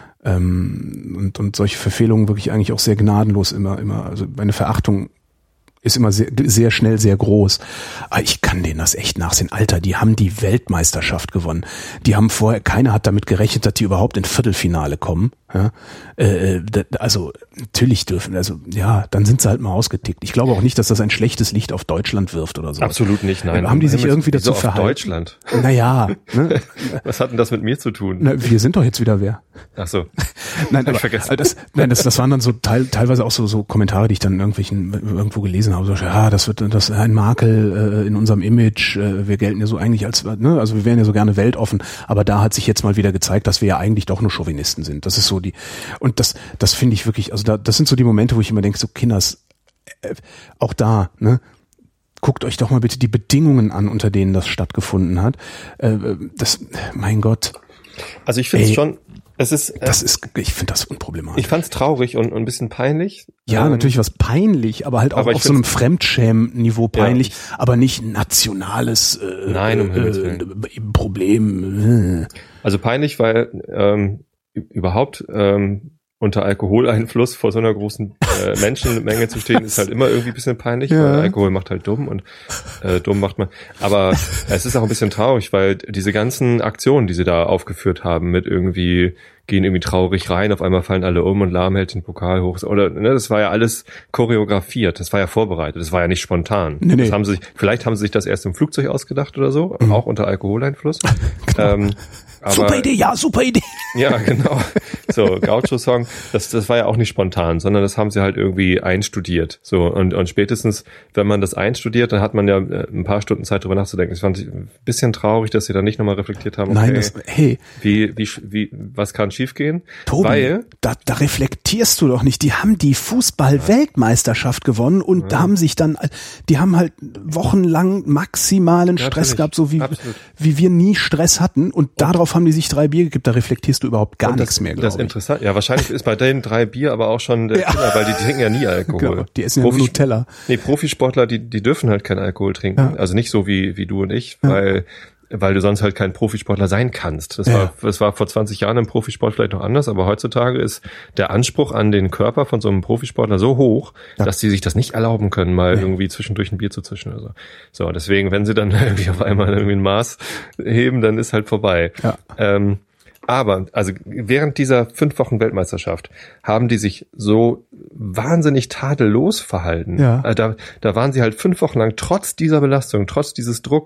Ähm, und, und solche Verfehlungen wirklich eigentlich auch sehr gnadenlos immer, immer, also meine Verachtung ist immer sehr, sehr schnell sehr groß. Aber ich kann denen das echt nachsehen. Alter, die haben die Weltmeisterschaft gewonnen. Die haben vorher, keiner hat damit gerechnet, dass die überhaupt ins Viertelfinale kommen. Ja? Äh, also natürlich dürfen, also ja, dann sind sie halt mal ausgetickt. Ich glaube auch nicht, dass das ein schlechtes Licht auf Deutschland wirft oder so.
Absolut nicht, nein.
Äh, haben die sich irgendwie dazu
auf
verhalten?
Deutschland?
Naja. Ne?
Was hat denn das mit mir zu tun?
Na, wir sind doch jetzt wieder wer.
Ach so.
Nein, aber, also das, nein, das, das waren dann so teil, teilweise auch so, so Kommentare, die ich dann in irgendwelchen irgendwo gelesen habe. So, ja, das wird das ist ein Makel äh, in unserem Image. Äh, wir gelten ja so eigentlich als, ne, also wir wären ja so gerne weltoffen, aber da hat sich jetzt mal wieder gezeigt, dass wir ja eigentlich doch nur Chauvinisten sind. Das ist so die, und das, das finde ich wirklich, also da, das sind so die Momente, wo ich immer denke, so Kinders, äh, auch da, ne, guckt euch doch mal bitte die Bedingungen an, unter denen das stattgefunden hat. Äh, das, mein Gott.
Also ich finde es schon. Es ist, äh,
das ist, ich finde das unproblematisch.
Ich fand es traurig und, und ein bisschen peinlich.
Ja,
ähm,
natürlich was peinlich, aber halt auch
aber
auf so einem Fremdschämen-Niveau peinlich,
ja.
aber nicht nationales äh,
Nein, um Himmels
äh, Problem.
Also peinlich, weil ähm, überhaupt ähm, unter Alkoholeinfluss vor so einer großen äh, Menschenmenge zu stehen, ist halt immer irgendwie ein bisschen peinlich, ja. weil Alkohol macht halt dumm und äh, dumm macht man. Aber es ist auch ein bisschen traurig, weil diese ganzen Aktionen, die sie da aufgeführt haben, mit irgendwie gehen irgendwie traurig rein, auf einmal fallen alle um und Lahm hält den Pokal hoch. Oder ne, das war ja alles choreografiert, das war ja vorbereitet, das war ja nicht spontan.
Nee, nee.
Das haben sie sich, vielleicht haben sie sich das erst im Flugzeug ausgedacht oder so, mhm. auch unter Alkoholeinfluss.
Genau.
Ähm, aber,
super Idee, ja, super Idee.
Ja, genau. So, Gaucho-Song, das, das war ja auch nicht spontan, sondern das haben sie halt irgendwie einstudiert. So, und, und spätestens, wenn man das einstudiert, dann hat man ja ein paar Stunden Zeit drüber nachzudenken. Ich fand ein bisschen traurig, dass sie dann nicht nochmal reflektiert haben, okay,
Nein, das, hey.
wie, wie, wie, was kann schiefgehen?
Tobi,
Weil,
da, da reflektierst du doch nicht. Die haben die Fußball-Weltmeisterschaft gewonnen und ja. da haben sich dann, die haben halt wochenlang maximalen Stress
Natürlich.
gehabt, so wie,
Absolut.
wie wir nie Stress hatten und, und darauf haben die sich drei Bier gegeben. Da reflektierst du überhaupt gar
das,
nichts mehr, glaube ich.
Das ist interessant. Ja, wahrscheinlich ist bei denen drei Bier aber auch schon der
ja.
Killer, weil die trinken ja nie Alkohol.
Genau, die essen ja nur Nutella.
Nee, Profisportler, die, die dürfen halt keinen Alkohol trinken. Ja. Also nicht so wie, wie du und ich, ja. weil, weil du sonst halt kein Profisportler sein kannst. Das
ja.
war, das war vor zwanzig Jahren im Profisport vielleicht noch anders, aber heutzutage ist der Anspruch an den Körper von so einem Profisportler so hoch, ja. dass die sich das nicht erlauben können, mal ja. irgendwie zwischendurch ein Bier zu zischen oder so. So, deswegen, wenn sie dann irgendwie auf einmal irgendwie ein Maß heben, dann ist halt vorbei.
Ja.
Ähm, Aber, also während dieser fünf Wochen Weltmeisterschaft haben die sich so wahnsinnig tadellos verhalten.
Ja.
Da, da waren sie halt fünf Wochen lang trotz dieser Belastung, trotz dieses Drucks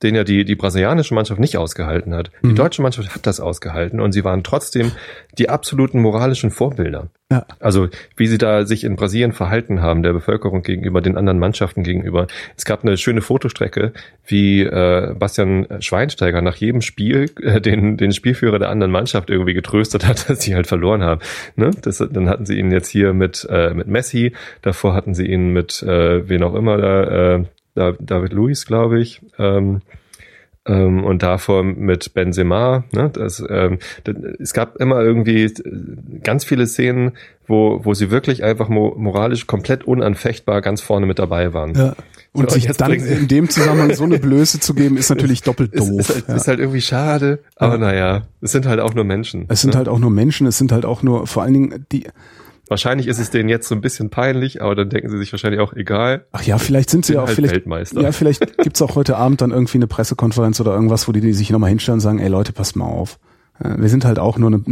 den ja die die brasilianische Mannschaft nicht ausgehalten hat. Die mhm. deutsche Mannschaft hat das ausgehalten und sie waren trotzdem die absoluten moralischen Vorbilder. Ja. Also wie sie da sich in Brasilien verhalten haben, der Bevölkerung gegenüber, den anderen Mannschaften gegenüber. Es gab eine schöne Fotostrecke, wie äh, Bastian Schweinsteiger nach jedem Spiel äh, den den Spielführer der anderen Mannschaft irgendwie getröstet hat, dass sie halt verloren haben. Ne? Das, dann hatten sie ihn jetzt hier mit äh, mit Messi, davor hatten sie ihn mit äh, wen auch immer da, äh, David Luiz, glaube ich, ähm, ähm, und davor mit Benzema. Ne? Das, ähm, das, es gab immer irgendwie ganz viele Szenen, wo wo sie wirklich einfach mo- moralisch komplett unanfechtbar ganz vorne mit dabei waren.
Ja. Und so, sich jetzt dann in dem Zusammenhang so eine Blöße zu geben, ist natürlich doppelt doof.
Ist, ist, halt,
ja.
ist halt irgendwie schade, aber ja. naja, es sind halt auch nur Menschen.
Es sind
ne?
halt auch nur Menschen, es sind halt auch nur, vor allen Dingen die...
Wahrscheinlich ist es denen jetzt so ein bisschen peinlich, aber dann denken sie sich wahrscheinlich auch, egal.
Ach ja, vielleicht sind sie ja auch
halt
vielleicht,
Weltmeister.
Ja, vielleicht gibt's auch heute Abend dann irgendwie eine Pressekonferenz oder irgendwas, wo die, die sich nochmal hinstellen und sagen, ey Leute, passt mal auf. Wir sind halt auch nur eine,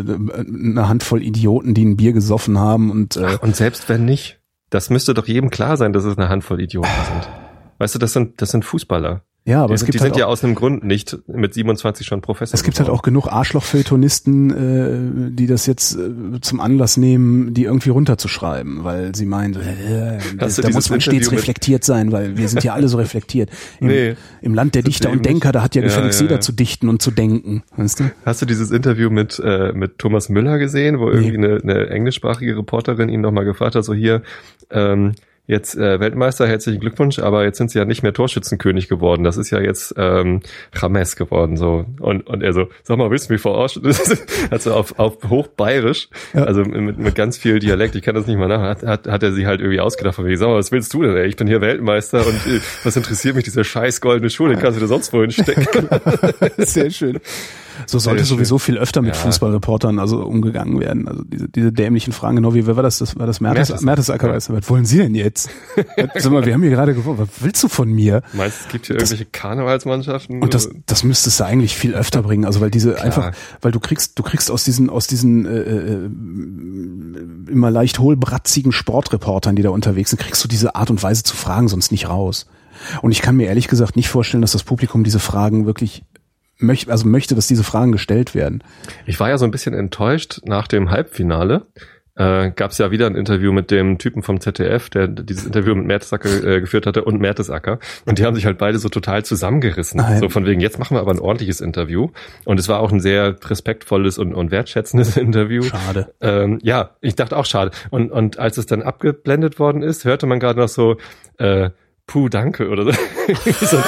eine Handvoll Idioten, die ein Bier gesoffen haben und, äh
Ach, und selbst wenn nicht, das müsste doch jedem klar sein, dass es eine Handvoll Idioten sind. Weißt du, das sind, das sind Fußballer.
Ja, aber
die,
es gibt
die
halt
sind ja aus einem Grund nicht mit siebenundzwanzig schon Professor.
Es gibt geworden. Halt auch genug Arschloch-Feuilletonisten, äh, die das jetzt äh, zum Anlass nehmen, die irgendwie runterzuschreiben, weil sie meinen, äh, das, da muss man stets reflektiert sein, weil wir sind ja alle so reflektiert. Im,
nee,
im Land der Dichter und Denker, da hat ja gefälligst ja, ja, ja. jeder zu dichten und zu denken. Weißt du?
Hast du dieses Interview mit äh, mit Thomas Müller gesehen, wo irgendwie nee. eine, eine englischsprachige Reporterin ihn nochmal gefragt hat, so hier, ähm, jetzt äh, Weltmeister, herzlichen Glückwunsch, aber jetzt sind sie ja nicht mehr Torschützenkönig geworden. Das ist ja jetzt ähm, James geworden. So. Und und er so, sag mal, willst du mich verarschen? Also auf, auf Hochbayerisch, ja. also mit, mit ganz viel Dialekt, ich kann das nicht mal nach, hat, hat, hat er sich halt irgendwie ausgedacht, von wegen, sag mal, was willst du denn, ey? Ich bin hier Weltmeister und äh, was interessiert mich dieser scheiß goldene Schuh, den kannst du dir sonst wohin stecken.
Sehr schön. So sollte Sehr sowieso schön. Viel öfter mit ja. Fußballreportern also umgegangen werden. Also diese, diese dämlichen Fragen, genau wie, wer war das? Das war das Mertes, Mertesacker. Ja. Was wollen Sie denn jetzt? Sag mal, wir haben hier gerade gefragt, was willst du von mir?
Meinst du, es gibt hier das, irgendwelche Karnevalsmannschaften?
Und das, das müsstest du eigentlich viel öfter bringen. Also weil diese Klar. einfach, weil du kriegst, du kriegst aus diesen, aus diesen äh, äh, immer leicht hohlbratzigen Sportreportern, die da unterwegs sind, kriegst du diese Art und Weise zu fragen sonst nicht raus. Und ich kann mir ehrlich gesagt nicht vorstellen, dass das Publikum diese Fragen wirklich möchte, also möchte, dass diese Fragen gestellt werden.
Ich war ja so ein bisschen enttäuscht nach dem Halbfinale. Äh, gab es ja wieder ein Interview mit dem Typen vom Z D F, der dieses Interview mit Mertesacker äh, geführt hatte und Mertesacker. Und die haben sich halt beide so total zusammengerissen. Nein. So von wegen, jetzt machen wir aber ein ordentliches Interview. Und es war auch ein sehr respektvolles und, und wertschätzendes Interview.
Schade.
Ähm, ja, ich dachte auch schade. Und, und als es dann abgeblendet worden ist, hörte man gerade noch so, äh, puh, danke, oder so.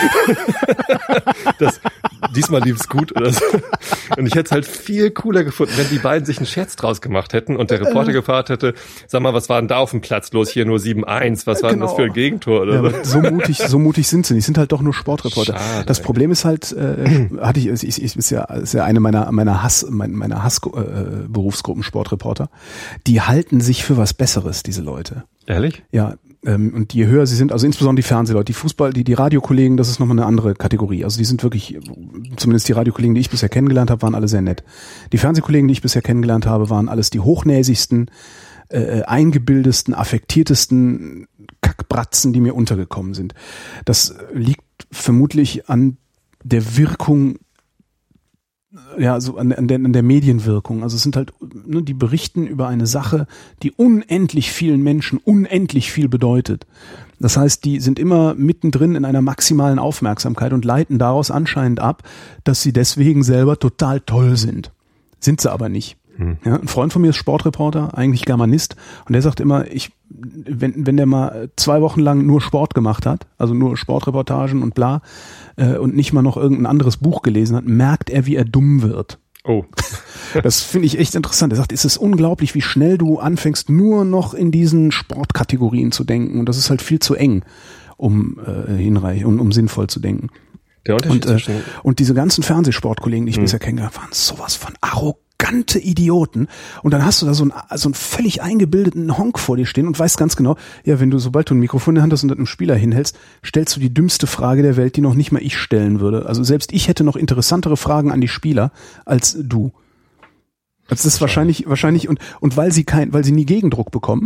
das, diesmal lief's gut, oder so. Und ich hätte es halt viel cooler gefunden, wenn die beiden sich einen Scherz draus gemacht hätten und der Reporter gefragt hätte, sag mal, was war denn da auf dem Platz los? Hier nur sieben eins, was war genau. denn das für ein Gegentor, oder
ja, so? So mutig, so mutig sind sie nicht, sind halt doch nur Sportreporter. Schade, das Problem ist halt, äh, hatte ich, ich, ich ist ja, ist ja eine meiner, meiner Hass, meiner Hass-Berufsgruppen, äh, Sportreporter. Die halten sich für was Besseres, diese Leute.
Ehrlich?
Ja. Und je höher sie sind, also insbesondere die Fernsehleute, die Fußball, die, die Radiokollegen, das ist nochmal eine andere Kategorie. Also die sind wirklich, zumindest die Radiokollegen, die ich bisher kennengelernt habe, waren alle sehr nett. Die Fernsehkollegen, die ich bisher kennengelernt habe, waren alles die hochnäsigsten, äh, eingebildetsten, affektiertesten Kackbratzen, die mir untergekommen sind. Das liegt vermutlich an der Wirkung, ja, so an, an, der, an der Medienwirkung. Also es sind halt, ne, die berichten über eine Sache, die unendlich vielen Menschen unendlich viel bedeutet. Das heißt, die sind immer mittendrin in einer maximalen Aufmerksamkeit und leiten daraus anscheinend ab, dass sie deswegen selber total toll sind. Sind sie aber nicht. Hm. Ja, ein Freund von mir ist Sportreporter, eigentlich Germanist, und der sagt immer, ich, wenn, wenn der mal zwei Wochen lang nur Sport gemacht hat, also nur Sportreportagen und bla, äh, und nicht mal noch irgendein anderes Buch gelesen hat, merkt er, wie er dumm wird.
Oh.
Das finde ich echt interessant. Er sagt, es ist unglaublich, wie schnell du anfängst, nur noch in diesen Sportkategorien zu denken, und das ist halt viel zu eng, um äh, hinreich, um, um sinnvoll zu denken.
Der Unterschied
und, äh,
zwischen
und diese ganzen Fernsehsportkollegen, die ich hm. bisher kennengelernt habe, waren sowas von arrogant. Idioten, und dann hast du da so einen, so einen völlig eingebildeten Honk vor dir stehen und weißt ganz genau, ja, wenn du, sobald du ein Mikrofon in der Hand hast und einem Spieler hinhältst, stellst du die dümmste Frage der Welt, die noch nicht mal ich stellen würde. Also selbst ich hätte noch interessantere Fragen an die Spieler als du. Das ist wahrscheinlich, wahrscheinlich, und, und weil sie kein, weil sie nie Gegendruck bekommen,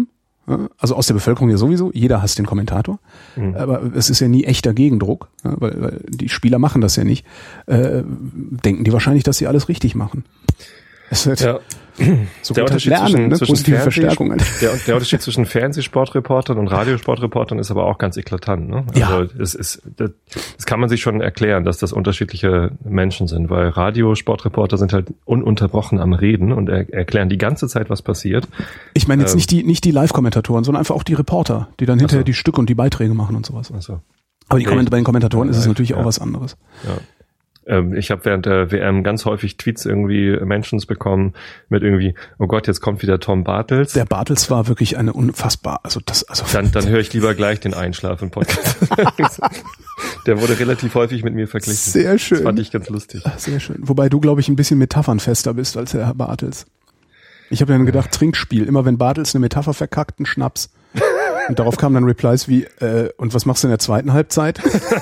Also aus der Bevölkerung ja sowieso, jeder hasst den Kommentator, mhm. aber es ist ja nie echter Gegendruck, weil, weil die Spieler machen das ja nicht. Äh, denken die wahrscheinlich, dass sie alles richtig machen. Es wird
ja.
so
der
gut
Unterschied
lernen,
zwischen,
ne?
zwischen
Positive
Fernseh-
Verstärkungen.
Der, der Unterschied zwischen Fernsehsportreportern und Radiosportreportern ist aber auch ganz eklatant. Ne? Also
Ja.
es ist, das, das kann man sich schon erklären, dass das unterschiedliche Menschen sind, weil Radiosportreporter sind halt ununterbrochen am Reden und er, erklären die ganze Zeit, was passiert.
Ich meine jetzt
Ähm,
nicht die nicht die Live-Kommentatoren, sondern einfach auch die Reporter, die dann hinterher
so.
die Stücke und die Beiträge machen und sowas.
Ach so.
Aber die Komment- bei den Kommentatoren
Ja,
ist es
live,
natürlich
ja.
auch was anderes.
Ja. Ähm, ich habe während der W M ganz häufig Tweets irgendwie Mentions bekommen mit irgendwie, oh Gott, jetzt kommt wieder Tom Bartels.
Der Bartels war wirklich eine unfassbar, also das, also
Dann, dann höre ich lieber gleich den Einschlafen-Podcast. Der wurde relativ häufig mit mir verglichen.
Sehr schön.
Das fand ich ganz lustig.
Sehr schön. Wobei du, glaube ich, ein bisschen metaphernfester bist als der Herr Bartels. Ich habe dann gedacht, Trinkspiel. Immer wenn Bartels eine Metapher verkackt, ein Schnaps. Und darauf kamen dann Replies wie, äh, und was machst du in der zweiten Halbzeit?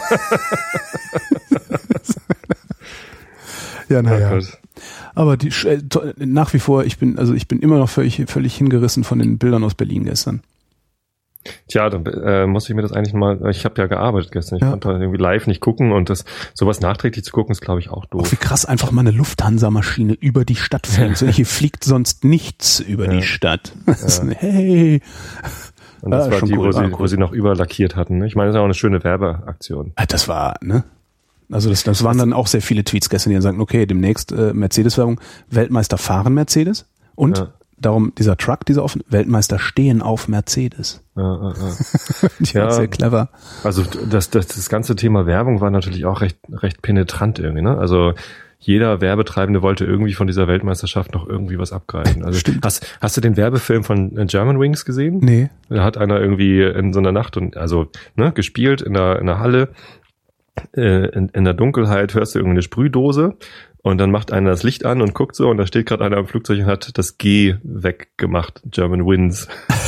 Ja, naja.
Oh
Aber die, äh, to- nach wie vor, ich bin, also ich bin immer noch völlig, völlig hingerissen von den Bildern aus Berlin gestern.
Tja, dann äh, muss ich mir das eigentlich mal, ich habe ja gearbeitet gestern, ich
Ja.
konnte irgendwie live nicht gucken und das sowas nachträglich zu gucken ist, glaube ich, auch
Auch
doof.
wie krass einfach mal eine Lufthansa-Maschine über die Stadt fliegt. So, hier fliegt sonst nichts über
Ja.
die Stadt. Ja. Hey.
Und das
Ah,
war
schon
die,
cool,
wo, sie,
ah, cool.
wo sie noch überlackiert hatten. Ne? Ich meine, das ist auch eine schöne Werbeaktion.
Ah, das war, ne? Also das, das waren dann auch sehr viele Tweets gestern, die dann sagen, okay, demnächst äh, Mercedes-Werbung, Weltmeister fahren Mercedes und
Ja.
darum dieser Truck, dieser offen, Weltmeister stehen auf Mercedes.
Ja, ja, ja.
Die
Ja.
war sehr clever.
Also das, das, das ganze Thema Werbung war natürlich auch recht, recht penetrant irgendwie. Ne? Also jeder Werbetreibende wollte irgendwie von dieser Weltmeisterschaft noch irgendwie was abgreifen. Also
Stimmt.
hast, hast du den Werbefilm von äh, Germanwings gesehen?
Nee.
Da hat einer irgendwie in so einer Nacht und also ne, gespielt in der, in der Halle. Äh, in, in der Dunkelheit hörst du irgendwie eine Sprühdose und dann macht einer das Licht an und guckt so und da steht gerade einer am Flugzeug und hat das G weggemacht. German Wins.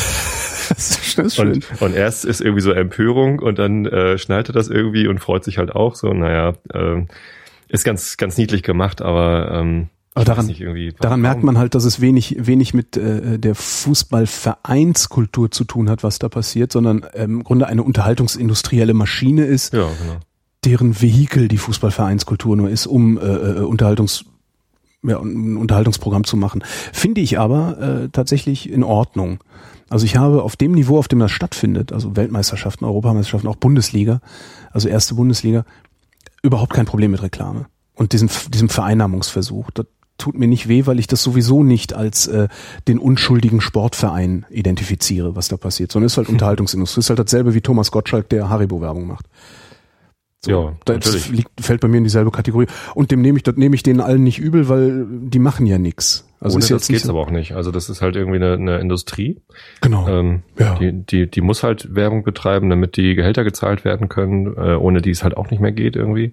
Das ist, das ist schön.
Und, und erst ist irgendwie so Empörung und dann äh, schnallt er das irgendwie und freut sich halt auch so. Naja, ähm, ist ganz ganz niedlich gemacht, aber, ähm,
Aber
ich
daran,
weiß nicht, irgendwie, warum,
daran merkt man halt, dass es wenig wenig mit äh, der Fußballvereinskultur zu tun hat, was da passiert, sondern ähm, im Grunde eine unterhaltungsindustrielle Maschine ist,
Ja, genau.
deren Vehikel die Fußballvereinskultur nur ist, um äh, Unterhaltungs ja, ein Unterhaltungsprogramm zu machen. Finde ich aber äh, tatsächlich in Ordnung. Also ich habe auf dem Niveau, auf dem das stattfindet, also Weltmeisterschaften, Europameisterschaften, auch Bundesliga, also erste Bundesliga, überhaupt kein Problem mit Reklame. Und diesem, diesem Vereinnahmungsversuch, das tut mir nicht weh, weil ich das sowieso nicht als äh, den unschuldigen Sportverein identifiziere, was da passiert, sondern es ist halt Unterhaltungsindustrie. Es ist halt dasselbe wie Thomas Gottschalk, der Haribo-Werbung macht. So,
Ja,
das
natürlich.
liegt, fällt bei mir in dieselbe Kategorie. Und dem nehme ich, das nehme ich denen allen nicht übel, weil die machen ja nix. Also
Ohne
ist
das
jetzt nicht
geht's
so,
aber auch nicht. Also das ist halt irgendwie eine, eine Industrie.
genau.
Ähm,
Ja.
die, die, die muss halt Werbung betreiben, damit die Gehälter gezahlt werden können, äh, ohne die es halt auch nicht mehr geht irgendwie.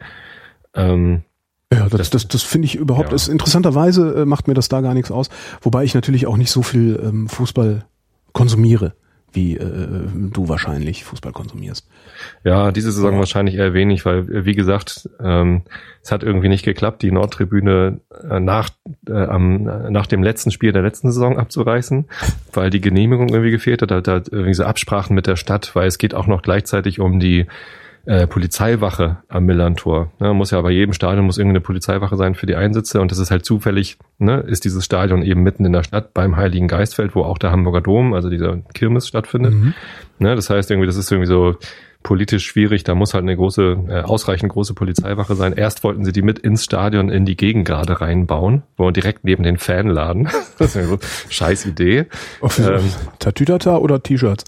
Ähm,
Ja, das,
Das-
das, das finde ich überhaupt,
ja.
ist, interessanterweise äh, macht mir das da gar nichts aus. Wobei ich natürlich auch nicht so viel ähm, Fußball konsumiere, wie äh, du wahrscheinlich Fußball konsumierst.
Ja, diese Saison wahrscheinlich eher wenig, weil, äh, wie gesagt, ähm, es hat irgendwie nicht geklappt, die Nordtribüne äh, nach, äh, am, nach dem letzten Spiel der letzten Saison abzureißen, weil die Genehmigung irgendwie gefehlt hat. Da hat da irgendwie so Absprachen mit der Stadt, weil es geht auch noch gleichzeitig um die äh, Polizeiwache am Millantor. Ne, muss ja bei jedem Stadion muss irgendeine Polizeiwache sein für die Einsätze und das ist halt zufällig, ne, ist dieses Stadion eben mitten in der Stadt beim Heiligen Geistfeld, wo auch der Hamburger Dom, also dieser Kirmes stattfindet.
Mhm.
Ne, das heißt irgendwie, das ist irgendwie so politisch schwierig, da muss halt eine große, äh, ausreichend große Polizeiwache sein. Erst wollten sie die mit ins Stadion in die Gegengrade reinbauen, wo direkt neben den Fanladen. Das ist eine so scheiß Idee.
Oh, für
Ähm,
Tatütata oder T-Shirts?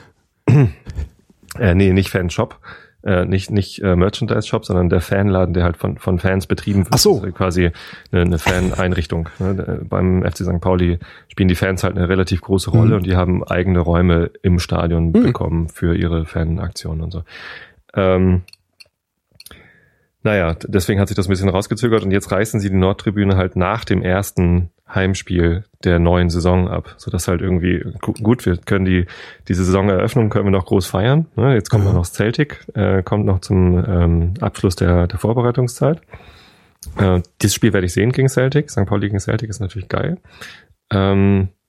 Äh, nee, nicht Fanshop. Äh, nicht nicht äh, Merchandise-Shop, sondern der Fanladen, der halt von von Fans betrieben wird.
Ach so.
Das ist quasi eine, eine Fan-Einrichtung. Ne? Beim F C Sankt Pauli spielen die Fans halt eine relativ große Rolle
Mhm.
und die haben eigene Räume im Stadion
Mhm.
bekommen für ihre Fanaktionen und so. Ähm, naja, deswegen hat sich das ein bisschen rausgezögert und jetzt reißen sie die Nordtribüne halt nach dem ersten Heimspiel der neuen Saison ab, sodass halt irgendwie, gu- gut, wir können die, diese Saisoneröffnung können wir noch groß feiern, ne? Jetzt kommt
Ja.
noch das Celtic, äh, kommt noch zum ähm, Abschluss der, der Vorbereitungszeit. Äh, dieses Spiel werde ich sehen gegen Celtic, Sankt Pauli gegen Celtic ist natürlich geil. Ähm,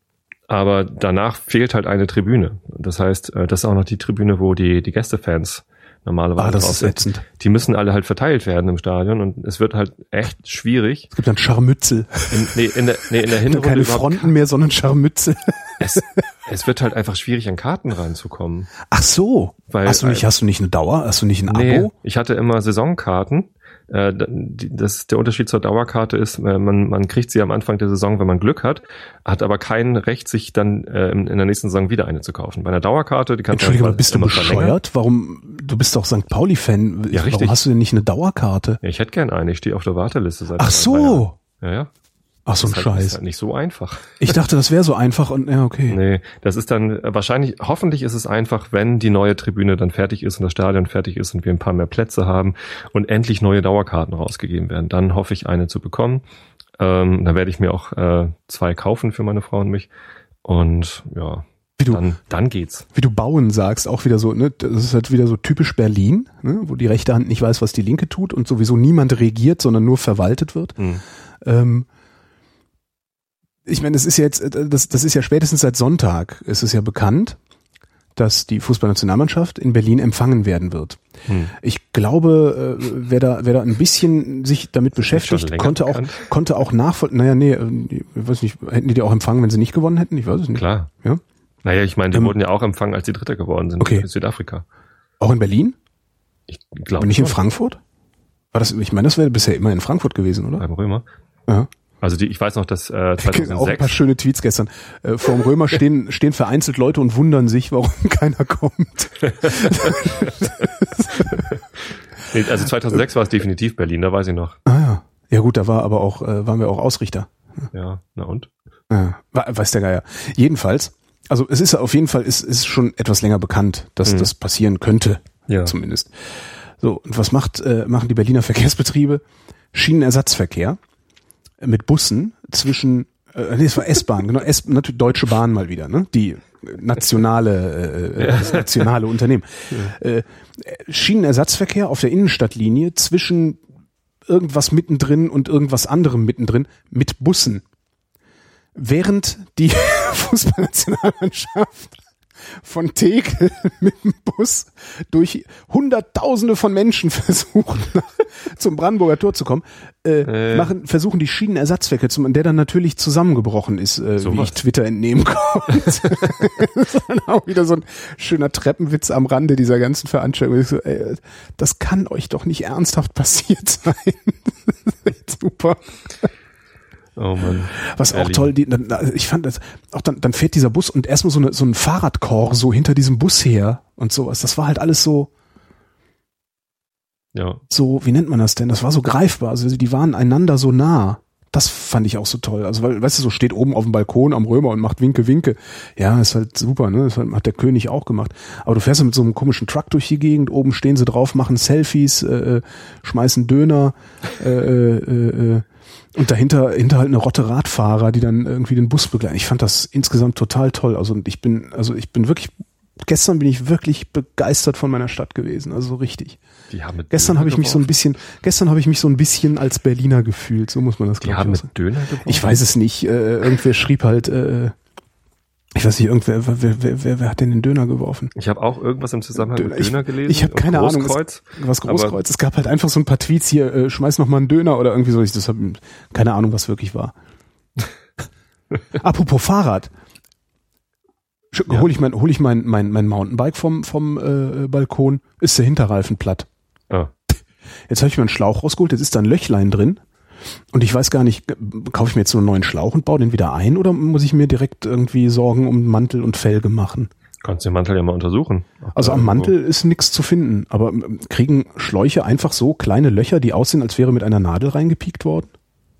Aber danach fehlt halt eine Tribüne. Das heißt, das ist auch noch die Tribüne, wo die, die Gästefans normalerweise
ah, das
drauf
ist
sind.
ätzend.
Die müssen alle halt verteilt werden im Stadion und es wird halt echt schwierig.
Es gibt dann Scharmützel.
In, nee, in der, nee, in der Hinrunde
keine Fronten mehr, sondern Scharmützel.
Es, es wird halt einfach schwierig, an Karten ranzukommen.
Ach so.
Weil,
hast du nicht, hast du nicht eine Dauer? Hast du nicht ein
nee,
Abo?
Ich hatte immer Saisonkarten. Äh, das, der Unterschied zur Dauerkarte ist, man, man kriegt sie am Anfang der Saison, wenn man Glück hat, hat aber kein Recht, sich dann äh, in der nächsten Saison wieder eine zu kaufen. Bei einer Dauerkarte, die kannst du
Entschuldigung, bist du bescheuert? Warum? Du bist doch Sankt Pauli-Fan.
Ja, richtig.
Warum hast du denn nicht eine Dauerkarte?
Ja, ich hätte gern eine. Ich stehe auf der Warteliste seit
Ach so.
Ja, ja.
Ach so ein
das ist
Scheiß.
Halt, ist halt nicht so einfach.
Ich dachte, das wäre so einfach und ja, okay.
Nee, das ist dann wahrscheinlich, hoffentlich ist es einfach, wenn die neue Tribüne dann fertig ist und das Stadion fertig ist und wir ein paar mehr Plätze haben und endlich neue Dauerkarten rausgegeben werden. Dann hoffe ich, eine zu bekommen. Ähm, dann werde ich mir auch äh, zwei kaufen für meine Frau und mich. Und ja,
wie du,
dann, dann geht's.
Wie du bauen sagst, auch wieder so, ne, das ist halt wieder so typisch Berlin, ne, wo die rechte Hand nicht weiß, was die linke tut und sowieso niemand regiert, sondern nur verwaltet wird.
Hm.
Ähm, Ich meine, das ist ja jetzt, das, das ist ja spätestens seit Sonntag, ist es ja bekannt, dass die Fußballnationalmannschaft in Berlin empfangen werden wird. Hm. Ich glaube, wer da, wer da ein bisschen sich damit beschäftigt, konnte auch, bekannt. konnte auch nachvollziehen. Naja, nee, ich weiß nicht, hätten die die auch empfangen, wenn sie nicht gewonnen hätten? Ich weiß es nicht.
Klar.
Ja?
Naja, ich meine, die
ähm,
wurden ja auch empfangen, als die Dritter geworden sind
okay.
in Südafrika.
Auch in Berlin?
Ich glaube
nicht. In Frankfurt? War das? Ich meine, das wäre bisher immer in Frankfurt gewesen, oder?
Beim Römer.
Ja.
Also die, ich weiß noch, dass äh, zweitausendsechs
auch ein paar schöne Tweets gestern. Äh, vor dem Römer stehen stehen vereinzelt Leute und wundern sich, warum keiner kommt.
nee, also zweitausendsechs war es definitiv Berlin, da weiß ich noch.
Ah ja, ja gut, da war aber auch äh, waren wir auch Ausrichter.
Ja, na und?
Ja, weiß der Geier. Jedenfalls, also es ist auf jeden Fall ist ist schon etwas länger bekannt, dass mhm. das passieren könnte, ja. Zumindest. So, und was macht äh, machen die Berliner Verkehrsbetriebe? Schienenersatzverkehr mit Bussen zwischen, äh, nee, es war S-Bahn, genau, S, natürlich Deutsche Bahn mal wieder, ne? Die nationale, äh, ja. das nationale Unternehmen. Ja. Äh, Schienenersatzverkehr auf der Innenstadtlinie zwischen irgendwas mittendrin und irgendwas anderem mittendrin mit Bussen. Während die Fußballnationalmannschaft von Tegel mit dem Bus durch Hunderttausende von Menschen versuchen, nach, zum Brandenburger Tor zu kommen, äh, äh. machen, versuchen die Schienenersatzverkehr, zum, der dann natürlich zusammengebrochen ist, äh, so wie was. Ich Twitter entnehmen konnte. Das ist dann auch wieder so ein schöner Treppenwitz am Rande dieser ganzen Veranstaltung. Ich so, ey, das kann euch doch nicht ernsthaft passiert sein. Das ist echt super.
Oh Mann.
Was auch toll, die, ich fand das, auch dann, dann fährt dieser Bus und erstmal so eine, so ein Fahrradkorps so hinter diesem Bus her und sowas. Das war halt alles so,
ja. So,
wie nennt man das denn? Das war so greifbar. Also die waren einander so nah. Das fand ich auch so toll. Also, weil, weißt du, so steht oben auf dem Balkon am Römer und macht Winke, Winke. Ja, ist halt super, ne? Das hat der König auch gemacht. Aber du fährst mit so einem komischen Truck durch die Gegend, oben stehen sie drauf, machen Selfies, äh, schmeißen Döner, äh, äh, äh, und dahinter hinter halt eine Rotte Radfahrer, die dann irgendwie den Bus begleiten. Ich fand das insgesamt total toll. Also ich bin, also ich bin wirklich, gestern bin ich wirklich begeistert von meiner Stadt gewesen. Also so richtig.
Die haben mit
gestern habe ich mich so ein bisschen, gestern habe ich mich so ein bisschen als Berliner gefühlt. So muss man das, glaube ich,
Die haben mit Döner geworfen?
Ich weiß es nicht. Äh, irgendwer schrieb halt, äh, ich weiß nicht, irgendwer, wer, wer, wer, wer hat denn den Döner geworfen?
Ich habe auch irgendwas im Zusammenhang
Döner.
mit Döner
ich,
gelesen.
Ich habe keine
Großkreuz,
Ahnung, was, was Großkreuz. Es gab halt einfach so ein paar Tweets hier, äh, schmeiß noch mal einen Döner oder irgendwie so. Ich das hab, keine Ahnung, was wirklich war. Apropos Fahrrad. Ja. Hol ich mein, hol ich mein, mein, mein Mountainbike vom, vom äh, Balkon, ist der Hinterreifen platt.
Ah.
Jetzt habe ich mir einen Schlauch rausgeholt, jetzt ist da ein Löchlein drin. Und ich weiß gar nicht, kaufe ich mir jetzt so einen neuen Schlauch und baue den wieder ein oder muss ich mir direkt irgendwie Sorgen um Mantel und Felge machen?
Kannst den Mantel ja mal untersuchen.
Also am Mantel ist nichts zu finden, aber kriegen Schläuche einfach so kleine Löcher, die aussehen, als wäre mit einer Nadel reingepiekt worden?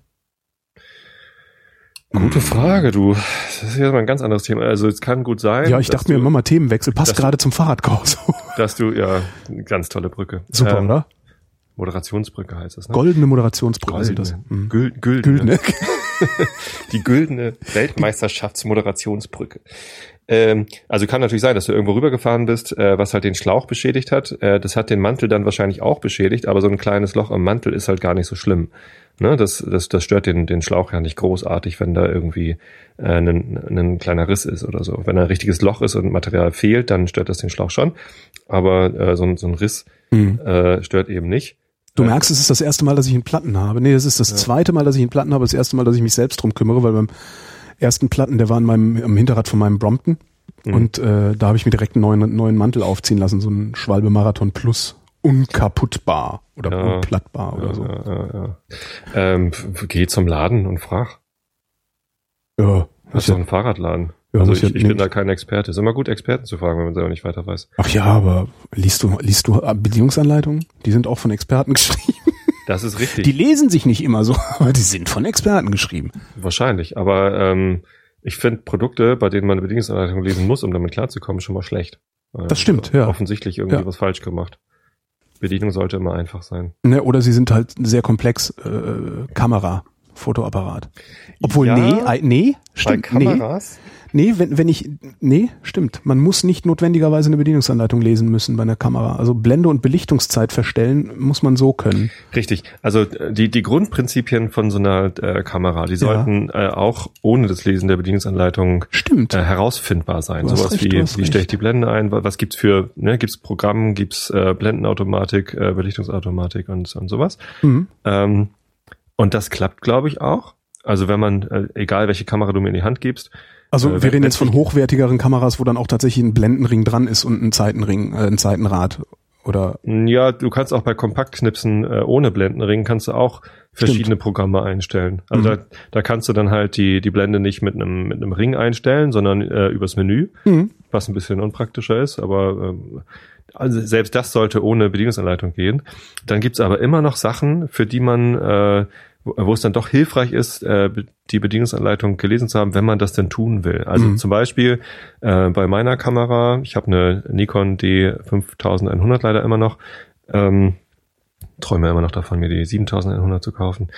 Gute Frage, du. Das ist ja mal ein ganz anderes Thema. Also es kann gut sein.
Ja, ich dachte mir immer mal Themenwechsel. Passt gerade zum Fahrradkorso.
Dass du, ja, eine ganz tolle Brücke.
Super, ähm, oder?
Moderationsbrücke heißt das, ne?
Goldene Moderationsbrücke.
Goldene.
Das. Mhm.
Güldene.
Güldene.
Die güldene Weltmeisterschaftsmoderationsbrücke. Ähm, also kann natürlich sein, dass du irgendwo rübergefahren bist, äh, was halt den Schlauch beschädigt hat. Äh, das hat den Mantel dann wahrscheinlich auch beschädigt, aber so ein kleines Loch am Mantel ist halt gar nicht so schlimm. Ne? Das, das, das stört den, den Schlauch ja nicht großartig, wenn da irgendwie äh, ein, ein kleiner Riss ist oder so. Wenn da ein richtiges Loch ist und Material fehlt, dann stört das den Schlauch schon. Aber äh, so, ein, so ein Riss mhm. äh, stört eben nicht.
Du merkst, es ist das erste Mal, dass ich einen Platten habe. Nee, es ist das ja. zweite Mal, dass ich einen Platten habe. Das erste Mal, dass ich mich selbst drum kümmere, weil beim ersten Platten, der war in meinem, am Hinterrad von meinem Brompton. Mhm. Und äh, da habe ich mir direkt einen neuen, neuen Mantel aufziehen lassen. So ein Schwalbe Marathon Plus. Unkaputtbar oder ja, unplattbar oder
ja,
so.
Ja, ja, ja. Ähm, geh zum Laden und frag.
Ja.
Hast du einen Fahrradladen?
Ja,
also ich,
ja
ich bin da kein Experte. Ist immer gut, Experten zu fragen, wenn man selber nicht weiter weiß.
Ach ja, aber liest du, liest du Bedienungsanleitungen? Die sind auch von Experten geschrieben.
Das ist richtig.
Die lesen sich nicht immer so, aber die sind von Experten geschrieben.
Wahrscheinlich, aber ähm, ich finde Produkte, bei denen man eine Bedienungsanleitung lesen muss, um damit klarzukommen, schon mal schlecht.
Das stimmt, ja.
Offensichtlich irgendwie
ja.
was falsch gemacht. Bedienung sollte immer einfach sein.
Ne, oder sie sind halt sehr komplex. Äh, Kamera, Fotoapparat. Obwohl,
ja,
nee, nee, stimmt.
Bei Kameras?
Nee, nee, wenn, wenn ich, nee, stimmt. Man muss nicht notwendigerweise eine Bedienungsanleitung lesen müssen bei einer Kamera. Also Blende und Belichtungszeit verstellen muss man so können.
Richtig. Also die, die Grundprinzipien von so einer äh, Kamera, die sollten ja. äh, auch ohne das Lesen der Bedienungsanleitung
stimmt.
Äh, herausfindbar sein. Sowas recht, wie, wie stelle ich die Blende ein? Was gibt's für, ne, gibt's Programm, gibt's äh, Blendenautomatik, äh, Belichtungsautomatik und, und sowas. Mhm. Ähm, und das klappt, glaube ich, auch. Also wenn man, äh, egal welche Kamera du mir in die Hand gibst.
Also äh, wir reden jetzt von hochwertigeren Kameras, wo dann auch tatsächlich ein Blendenring dran ist und ein Zeitenring, äh, ein Zeitenrad. Oder?
Ja, du kannst auch bei Kompaktknipsen äh, ohne Blendenring kannst du auch verschiedene Stimmt. Programme einstellen. Also mhm. da, da kannst du dann halt die die Blende nicht mit einem mit einem Ring einstellen, sondern äh, übers Menü, mhm. was ein bisschen unpraktischer ist, aber ähm, also selbst das sollte ohne Bedienungsanleitung gehen. Dann gibt's aber immer noch Sachen, für die man äh, wo es dann doch hilfreich ist, äh, die Bedienungsanleitung gelesen zu haben, wenn man das denn tun will. Also mhm. zum Beispiel äh, bei meiner Kamera, ich habe eine Nikon D fünftausendeinhundert leider immer noch, ähm, träume immer noch davon, mir die siebentausendeinhundert zu kaufen.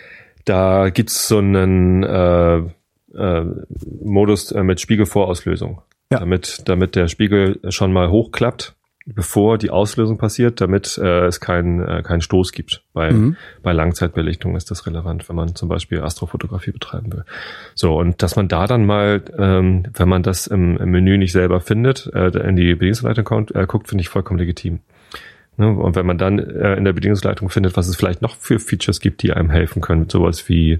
Da gibt's so einen äh, äh, Modus äh, mit Spiegelvorauslösung, ja. damit damit der Spiegel schon mal hochklappt, bevor die Auslösung passiert, damit äh, es keinen äh, keinen Stoß gibt. Bei mhm. bei Langzeitbelichtung ist das relevant, wenn man zum Beispiel Astrofotografie betreiben will. So, und dass man da dann mal, ähm, wenn man das im, im Menü nicht selber findet, äh, in die Bedienungsanleitung kommt, äh, guckt, finde ich vollkommen legitim. Ne? Und wenn man dann äh, in der Bedienungsanleitung findet, was es vielleicht noch für Features gibt, die einem helfen können, sowas wie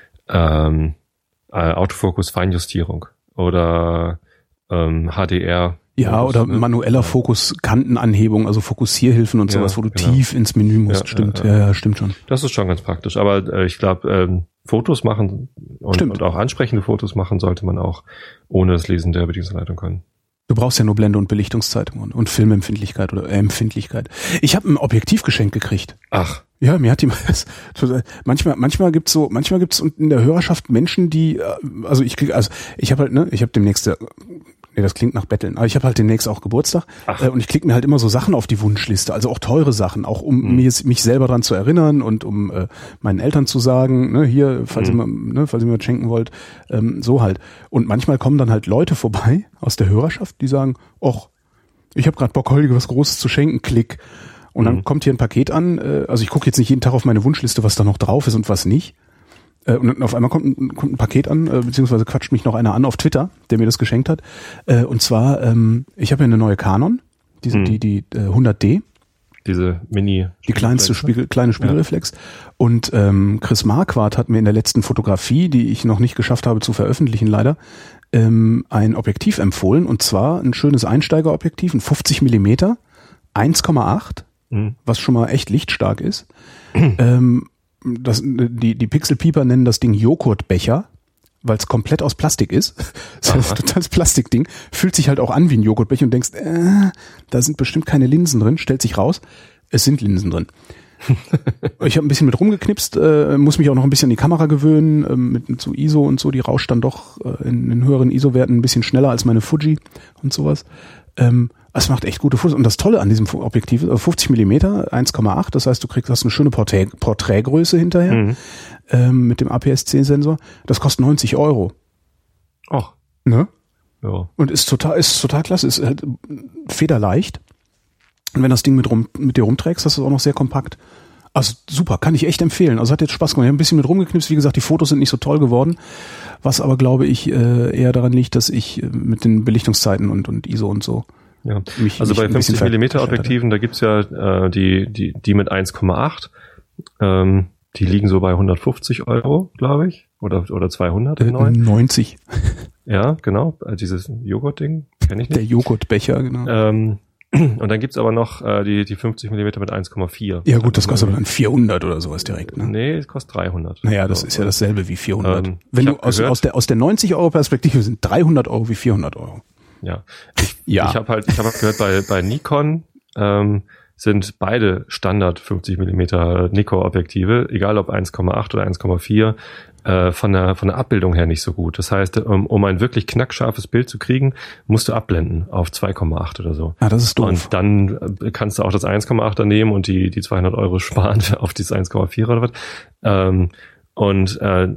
ähm, äh, Autofokus Feinjustierung oder ähm, H D R.
Ja, oder ne? manueller Fokus, Kantenanhebung, also Fokussierhilfen und sowas, ja, wo du genau. tief ins Menü musst. Ja, stimmt, ja, ja. ja, stimmt schon.
Das ist schon ganz praktisch. Aber äh, ich glaube, ähm, Fotos machen und, und auch ansprechende Fotos machen sollte man auch ohne das Lesen der Bedienungsanleitung können.
Du brauchst ja nur Blende und Belichtungszeit und, und Filmempfindlichkeit oder äh, Empfindlichkeit. Ich habe ein Objektiv geschenkt gekriegt.
Ach.
Ja, mir hat die manchmal manchmal gibt's so manchmal gibt's in der Hörerschaft Menschen, die also ich krieg also ich habe halt ne, ich habe demnächst nee, das klingt nach Betteln, aber ich habe halt demnächst auch Geburtstag äh, und ich klicke mir halt immer so Sachen auf die Wunschliste, also auch teure Sachen, auch um mhm. mich, mich selber dran zu erinnern und um äh, meinen Eltern zu sagen, ne, hier, falls mhm. ihr mal, ne, falls ihr mir was schenken wollt, ähm, so halt. Und manchmal kommen dann halt Leute vorbei aus der Hörerschaft, die sagen, och, ich habe gerade Bock, Holger was Großes zu schenken, klick. Und dann mhm. kommt hier ein Paket an, äh, also ich gucke jetzt nicht jeden Tag auf meine Wunschliste, was da noch drauf ist und was nicht. Äh, und dann auf einmal kommt ein, kommt ein Paket an, äh, beziehungsweise quatscht mich noch einer an auf Twitter, der mir das geschenkt hat. Äh, und zwar, ähm, ich habe ja eine neue Canon, diese, mhm. die, die äh, hundert D.
Diese Mini.
Die kleinste Spiegel, kleine Spiegelreflex. Ja. Und ähm, Chris Marquardt hat mir in der letzten Fotografie, die ich noch nicht geschafft habe zu veröffentlichen leider, ähm, ein Objektiv empfohlen. Und zwar ein schönes Einsteigerobjektiv, ein fünfzig Millimeter, eins Komma acht. Mhm. Was schon mal echt lichtstark ist. Mhm. Ähm, das, die, die Pixelpieper nennen das Ding Joghurtbecher, weil es komplett aus Plastik ist. Das ist ein totales Plastikding. Fühlt sich halt auch an wie ein Joghurtbecher und denkst, äh, da sind bestimmt keine Linsen drin. Stellt sich raus, es sind Linsen drin. Ich habe ein bisschen mit rumgeknipst, äh, muss mich auch noch ein bisschen an die Kamera gewöhnen, äh, mit, mit so I S O und so. Die rauscht dann doch äh, in, in höheren I S O-Werten ein bisschen schneller als meine Fuji und sowas. Ähm, Es macht echt gute Fotos. Und das Tolle an diesem Objektiv ist fünfzig Millimeter, eins Komma acht. Das heißt, du kriegst hast eine schöne Porträt, Porträtgröße hinterher
Mhm.
ähm, mit dem A P S C Sensor. Das kostet neunzig Euro.
Ach,
Ne?
ja.
Und ist total, ist total klasse. Ist halt federleicht. Und wenn das Ding mit, rum, mit dir rumträgst, das ist auch noch sehr kompakt. Also super, kann ich echt empfehlen. Also hat jetzt Spaß gemacht. Ich habe ein bisschen mit rumgeknipst. Wie gesagt, die Fotos sind nicht so toll geworden. Was aber, glaube ich, äh, eher daran liegt, dass ich äh, mit den Belichtungszeiten und, und I S O und so
Ja.
mich
Also
mich
bei
ein bisschen
fünfzig Millimeter Objektiven, da gibt's ja äh, die, die, die mit eins Komma acht. Ähm, die liegen so bei hundertfünfzig Euro, glaube ich. Oder, oder zweihundert im neuen.
neunzig.
Ja, genau. Also dieses Joghurt-Ding kenne ich
Der
nicht.
Joghurtbecher, genau.
Ähm, und dann gibt's aber noch äh, die, die fünfzig Millimeter mit eins Komma vier.
Ja gut, das kostet dann vierhundert oder sowas direkt, ne?
Nee, es kostet dreihundert.
Naja, das
So,
ist ja dasselbe wie vierhundert.
Ähm,
Wenn
ich
du
hab
aus,
gehört-
aus der aus der neunzig Euro Perspektive sind dreihundert Euro wie vierhundert Euro.
Ja. Ich,
Ja.
ich habe halt, ich habe gehört, bei, bei Nikon ähm, sind beide Standard fünfzig Millimeter Nikkor-Objektive, egal ob eins Komma acht oder eins Komma vier, äh, von der von der Abbildung her nicht so gut. Das heißt, um, um ein wirklich knackscharfes Bild zu kriegen, musst du abblenden auf zwei Komma acht oder so.
Ah, das ist doof.
Und dann äh, kannst du auch das eins Komma achter nehmen und die die zweihundert Euro sparen auf dieses eins Komma vier oder was. Ähm, und äh,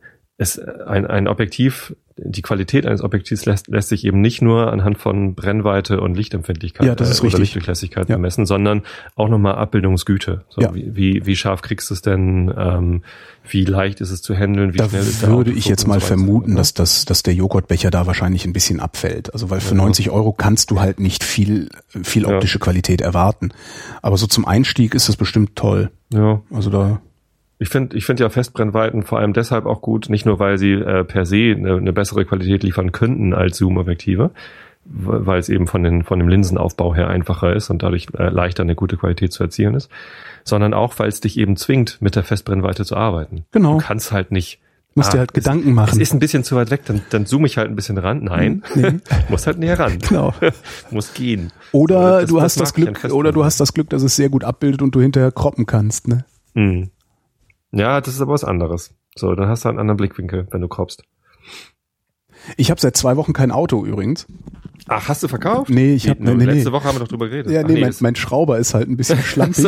es ein ein Objektiv, die Qualität eines Objektivs lässt, lässt sich eben nicht nur anhand von Brennweite und Lichtempfindlichkeit
Ja, das ist
äh, oder
richtig.
Lichtdurchlässigkeit
Ja.
bemessen, sondern auch nochmal Abbildungsgüte. So,
Ja.
wie, wie, wie scharf kriegst du es denn? Ähm, wie leicht ist es zu handeln? Wie
Da
schnell ist der
würde ich
Autofokus
jetzt mal
und so weiter,
vermuten,
ne?
dass, das, dass der Joghurtbecher da wahrscheinlich ein bisschen abfällt. Also weil für
Ja.
neunzig Euro kannst du halt nicht viel, viel
Ja.
optische Qualität erwarten. Aber so zum Einstieg ist das bestimmt toll.
Ja.
Also da,
Ich finde ich finde ja Festbrennweiten vor allem deshalb auch gut, nicht nur, weil sie äh, per se eine, eine bessere Qualität liefern könnten als Zoom-Objektive, w- weil es eben von, den, von dem Linsenaufbau her einfacher ist und dadurch äh, leichter eine gute Qualität zu erzielen ist, sondern auch, weil es dich eben zwingt, mit der Festbrennweite zu arbeiten.
Genau.
Du kannst halt nicht...
musst
ah,
dir halt
es,
Gedanken
Es
machen.
ist ein bisschen zu weit weg, dann, dann zoome ich halt ein bisschen ran. Nein,
Nee.
muss halt näher ran.
Genau.
Muss gehen.
Oder
Das-
du
das
hast das
mag ich an
Glück, oder du hast das Glück, dass es sehr gut abbildet und du hinterher kroppen kannst, ne?
Hm. Ja, das ist aber was anderes. So, dann hast du einen anderen Blickwinkel, wenn du kroppst.
Ich habe seit zwei Wochen kein Auto übrigens.
Ach, hast du verkauft?
Nee, ich hab-
Nee,
nee, nee,
letzte
nee.
Woche haben wir doch drüber geredet.
Ja,
Ach,
nee, mein,
das-
mein Schrauber ist halt ein bisschen schlampig.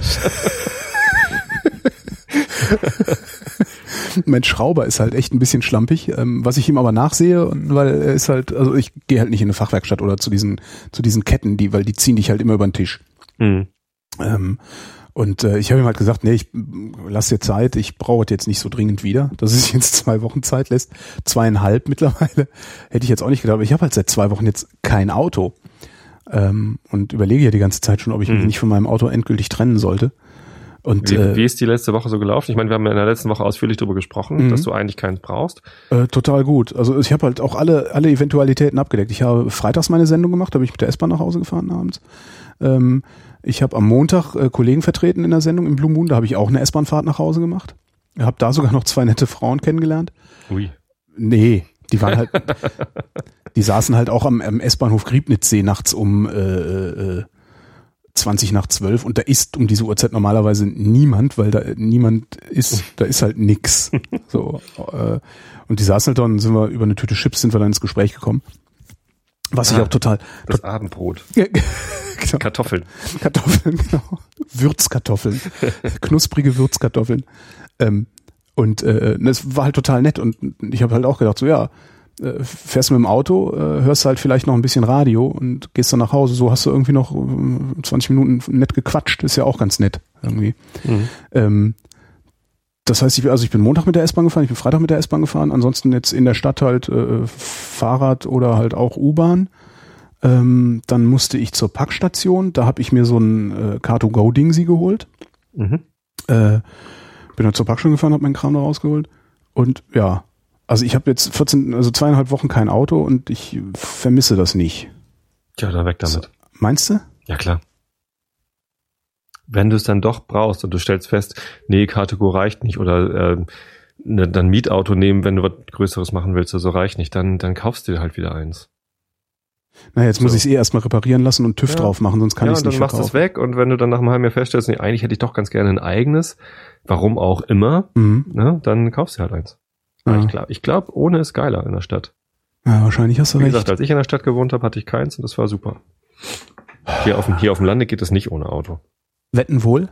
Mein Schrauber ist halt echt ein bisschen schlampig, ähm, was ich ihm aber nachsehe, und weil er ist halt, also ich gehe halt nicht in eine Fachwerkstatt oder zu diesen zu diesen Ketten, die, weil die ziehen dich halt immer über den Tisch.
Hm.
Ähm, und äh, ich habe ihm halt gesagt, nee, ich lass dir Zeit, ich brauche es jetzt nicht so dringend wieder, dass es sich jetzt zwei Wochen Zeit lässt, zweieinhalb mittlerweile, hätte ich jetzt auch nicht gedacht, aber ich habe halt seit zwei Wochen jetzt kein Auto ähm, und überlege ja die ganze Zeit schon, ob ich mich
Mhm.
nicht von meinem Auto endgültig trennen sollte. Und
Wie,
äh,
wie ist die letzte Woche so gelaufen? Ich meine, wir haben in der letzten Woche ausführlich darüber gesprochen,
Mhm.
dass du eigentlich keins brauchst.
Äh, total gut. Also ich habe halt auch alle alle Eventualitäten abgedeckt. Ich habe freitags meine Sendung gemacht, da bin ich mit der S-Bahn nach Hause gefahren abends. Ähm, ich habe am Montag äh, Kollegen vertreten in der Sendung im Blue Moon, da habe ich auch eine S-Bahn-Fahrt nach Hause gemacht. Ich habe da sogar noch zwei nette Frauen kennengelernt.
Ui.
Nee, die waren halt, die saßen halt auch am, am S-Bahnhof Griebnitzsee nachts um äh, äh, zwanzig nach zwölf und da ist um diese Uhrzeit normalerweise niemand, weil da niemand ist, da ist halt nix. So, äh, und die saßen halt da und sind wir über eine Tüte Chips sind wir dann ins Gespräch gekommen. Was ich
Ah,
auch total,
Das Abendbrot.
genau,
Kartoffeln.
Kartoffeln, genau. Würzkartoffeln. Knusprige Würzkartoffeln. Ähm, und äh, das war halt total nett und ich habe halt auch gedacht, so ja, äh, fährst du mit dem Auto, äh, hörst halt vielleicht noch ein bisschen Radio und gehst dann nach Hause. So hast du irgendwie noch äh, zwanzig Minuten nett gequatscht, ist ja auch ganz nett irgendwie.
Mhm.
Ähm, das heißt, ich, also ich bin Montag mit der S-Bahn gefahren, ich bin Freitag mit der S-Bahn gefahren, ansonsten jetzt in der Stadt halt äh, Fahrrad oder halt auch U-Bahn. Ähm, dann musste ich zur Packstation, da habe ich mir so ein äh, Car to Go Dingsi geholt.
Mhm.
Äh, bin dann zur Packstation gefahren, habe meinen Kram da rausgeholt und ja, also ich habe jetzt vierzehn, also zweieinhalb Wochen kein Auto und ich vermisse das nicht.
Tja, dann weg damit.
Meinst du?
Ja, klar. Wenn du es dann doch brauchst und du stellst fest, nee, Car-to-Go reicht nicht oder äh, ne, dann Mietauto nehmen, wenn du was Größeres machen willst, oder so reicht nicht, dann, dann kaufst du dir halt wieder eins.
Naja, jetzt
So.
muss ich es eh erstmal reparieren lassen und TÜV
Ja.
drauf machen, sonst kann
ja,
ich es
und dann
nicht
machst du
verkaufen.
es weg und wenn du dann nach einem halben Jahr feststellst, nee, eigentlich hätte ich doch ganz gerne ein eigenes, warum auch immer,
Mhm.
ne, dann kaufst du halt eins.
Ja.
Aber Ich glaube, ich glaub, ohne ist geiler in der Stadt.
Ja, wahrscheinlich hast du
Wie
recht.
gesagt, als ich in der Stadt gewohnt habe, hatte ich keins und das war super. Hier auf dem, hier auf dem Lande geht es nicht ohne Auto.
Wetten wohl?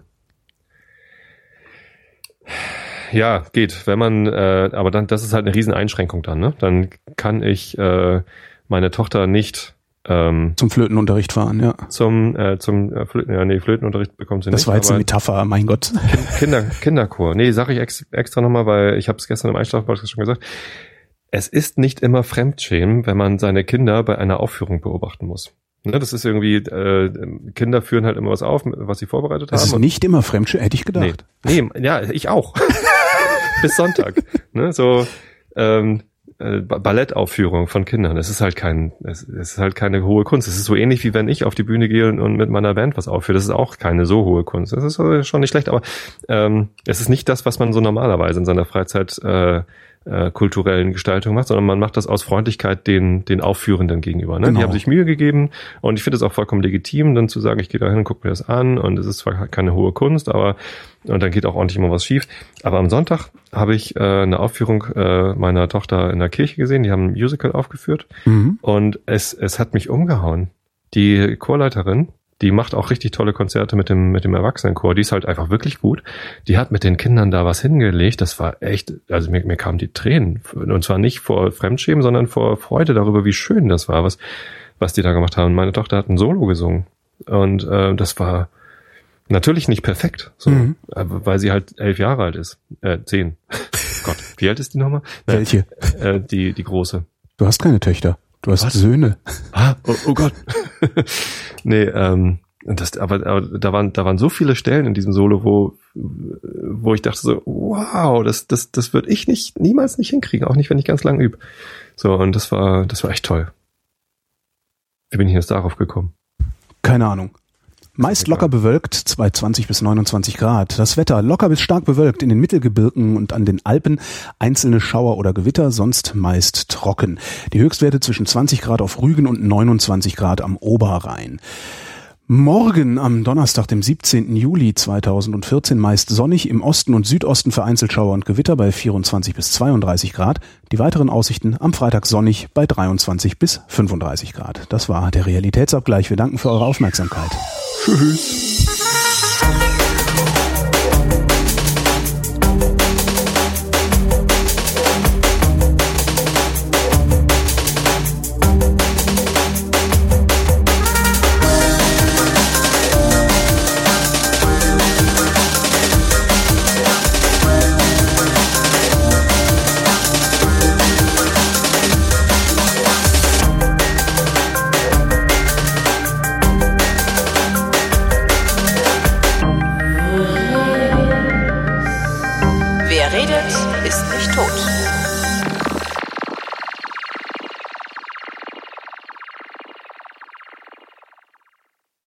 Ja, geht. Wenn man, äh, aber dann, das ist halt eine riesen Einschränkung dann, ne? Dann kann ich äh, meine Tochter nicht ähm,
zum Flötenunterricht fahren, ja.
Zum äh, zum äh, Flöten, ja, nee, Flötenunterricht bekommt sie
das
nicht.
Das war jetzt eine Metapher, mein Gott.
Kinder, Kinderchor. Nee, sage ich ex, extra nochmal, weil ich habe es gestern im Einschlaf-Podcast schon gesagt. Es ist nicht immer Fremdschämen, wenn man seine Kinder bei einer Aufführung beobachten muss. Ne, das ist irgendwie, äh, Kinder führen halt immer was auf, was sie vorbereitet
das
haben.
Das ist nicht immer Fremdschämen, hätte ich gedacht.
Nee, nee ja, ich auch. Bis Sonntag. Ne, so ähm, äh, Ballettaufführung von Kindern. Es ist halt kein, es, es ist halt keine hohe Kunst. Es ist so ähnlich wie wenn ich auf die Bühne gehe und, und mit meiner Band was aufführe. Das ist auch keine so hohe Kunst. Das ist schon nicht schlecht, aber ähm, es ist nicht das, was man so normalerweise in seiner Freizeit äh, äh, kulturellen Gestaltung macht, sondern man macht das aus Freundlichkeit den den Aufführenden gegenüber. Ne? Genau. Die haben sich Mühe gegeben und ich finde es auch vollkommen legitim, dann zu sagen, ich gehe da hin und gucke mir das an und es ist zwar keine hohe Kunst, aber und dann geht auch ordentlich immer was schief. Aber am Sonntag habe ich äh, eine Aufführung äh, meiner Tochter in der Kirche gesehen, die haben ein Musical aufgeführt mhm. und es es hat mich umgehauen. Die Chorleiterin, die macht auch richtig tolle Konzerte mit dem mit dem Erwachsenenchor. Die ist halt einfach wirklich gut. Die hat mit den Kindern da was hingelegt. Das war echt, also mir, mir kamen die Tränen. Und zwar nicht vor Fremdschämen, sondern vor Freude darüber, wie schön das war, was was die da gemacht haben. Meine Tochter hat ein Solo gesungen. Und äh, das war natürlich nicht perfekt, so, mhm. weil sie halt elf Jahre alt ist. Äh, zehn. Gott, wie alt ist die nochmal?
Welche?
Äh, die, die große.
Du hast keine Töchter. Du hast Was? Söhne.
Ah, oh, oh Gott. nee, ähm, das, aber, aber da waren, da waren so viele Stellen in diesem Solo, wo, wo ich dachte so, wow, das, das, das würde ich nicht, niemals nicht hinkriegen, auch nicht, wenn ich ganz lang übe. So, und das war, das war echt toll. Wie bin ich jetzt darauf gekommen?
Keine Ahnung. Meist locker bewölkt, zweiundzwanzig bis neunundzwanzig Grad. Das Wetter locker bis stark bewölkt in den Mittelgebirgen und an den Alpen. Einzelne Schauer oder Gewitter, sonst meist trocken. Die Höchstwerte zwischen zwanzig Grad auf Rügen und neunundzwanzig Grad am Oberrhein. Morgen am Donnerstag, dem siebzehnten Juli zweitausendvierzehn, meist sonnig, im Osten und Südosten vereinzelt Schauer und Gewitter bei vierundzwanzig bis zweiunddreißig Grad. Die weiteren Aussichten am Freitag sonnig bei dreiundzwanzig bis fünfunddreißig Grad. Das war der Realitätsabgleich. Wir danken für eure Aufmerksamkeit.
Tschüss.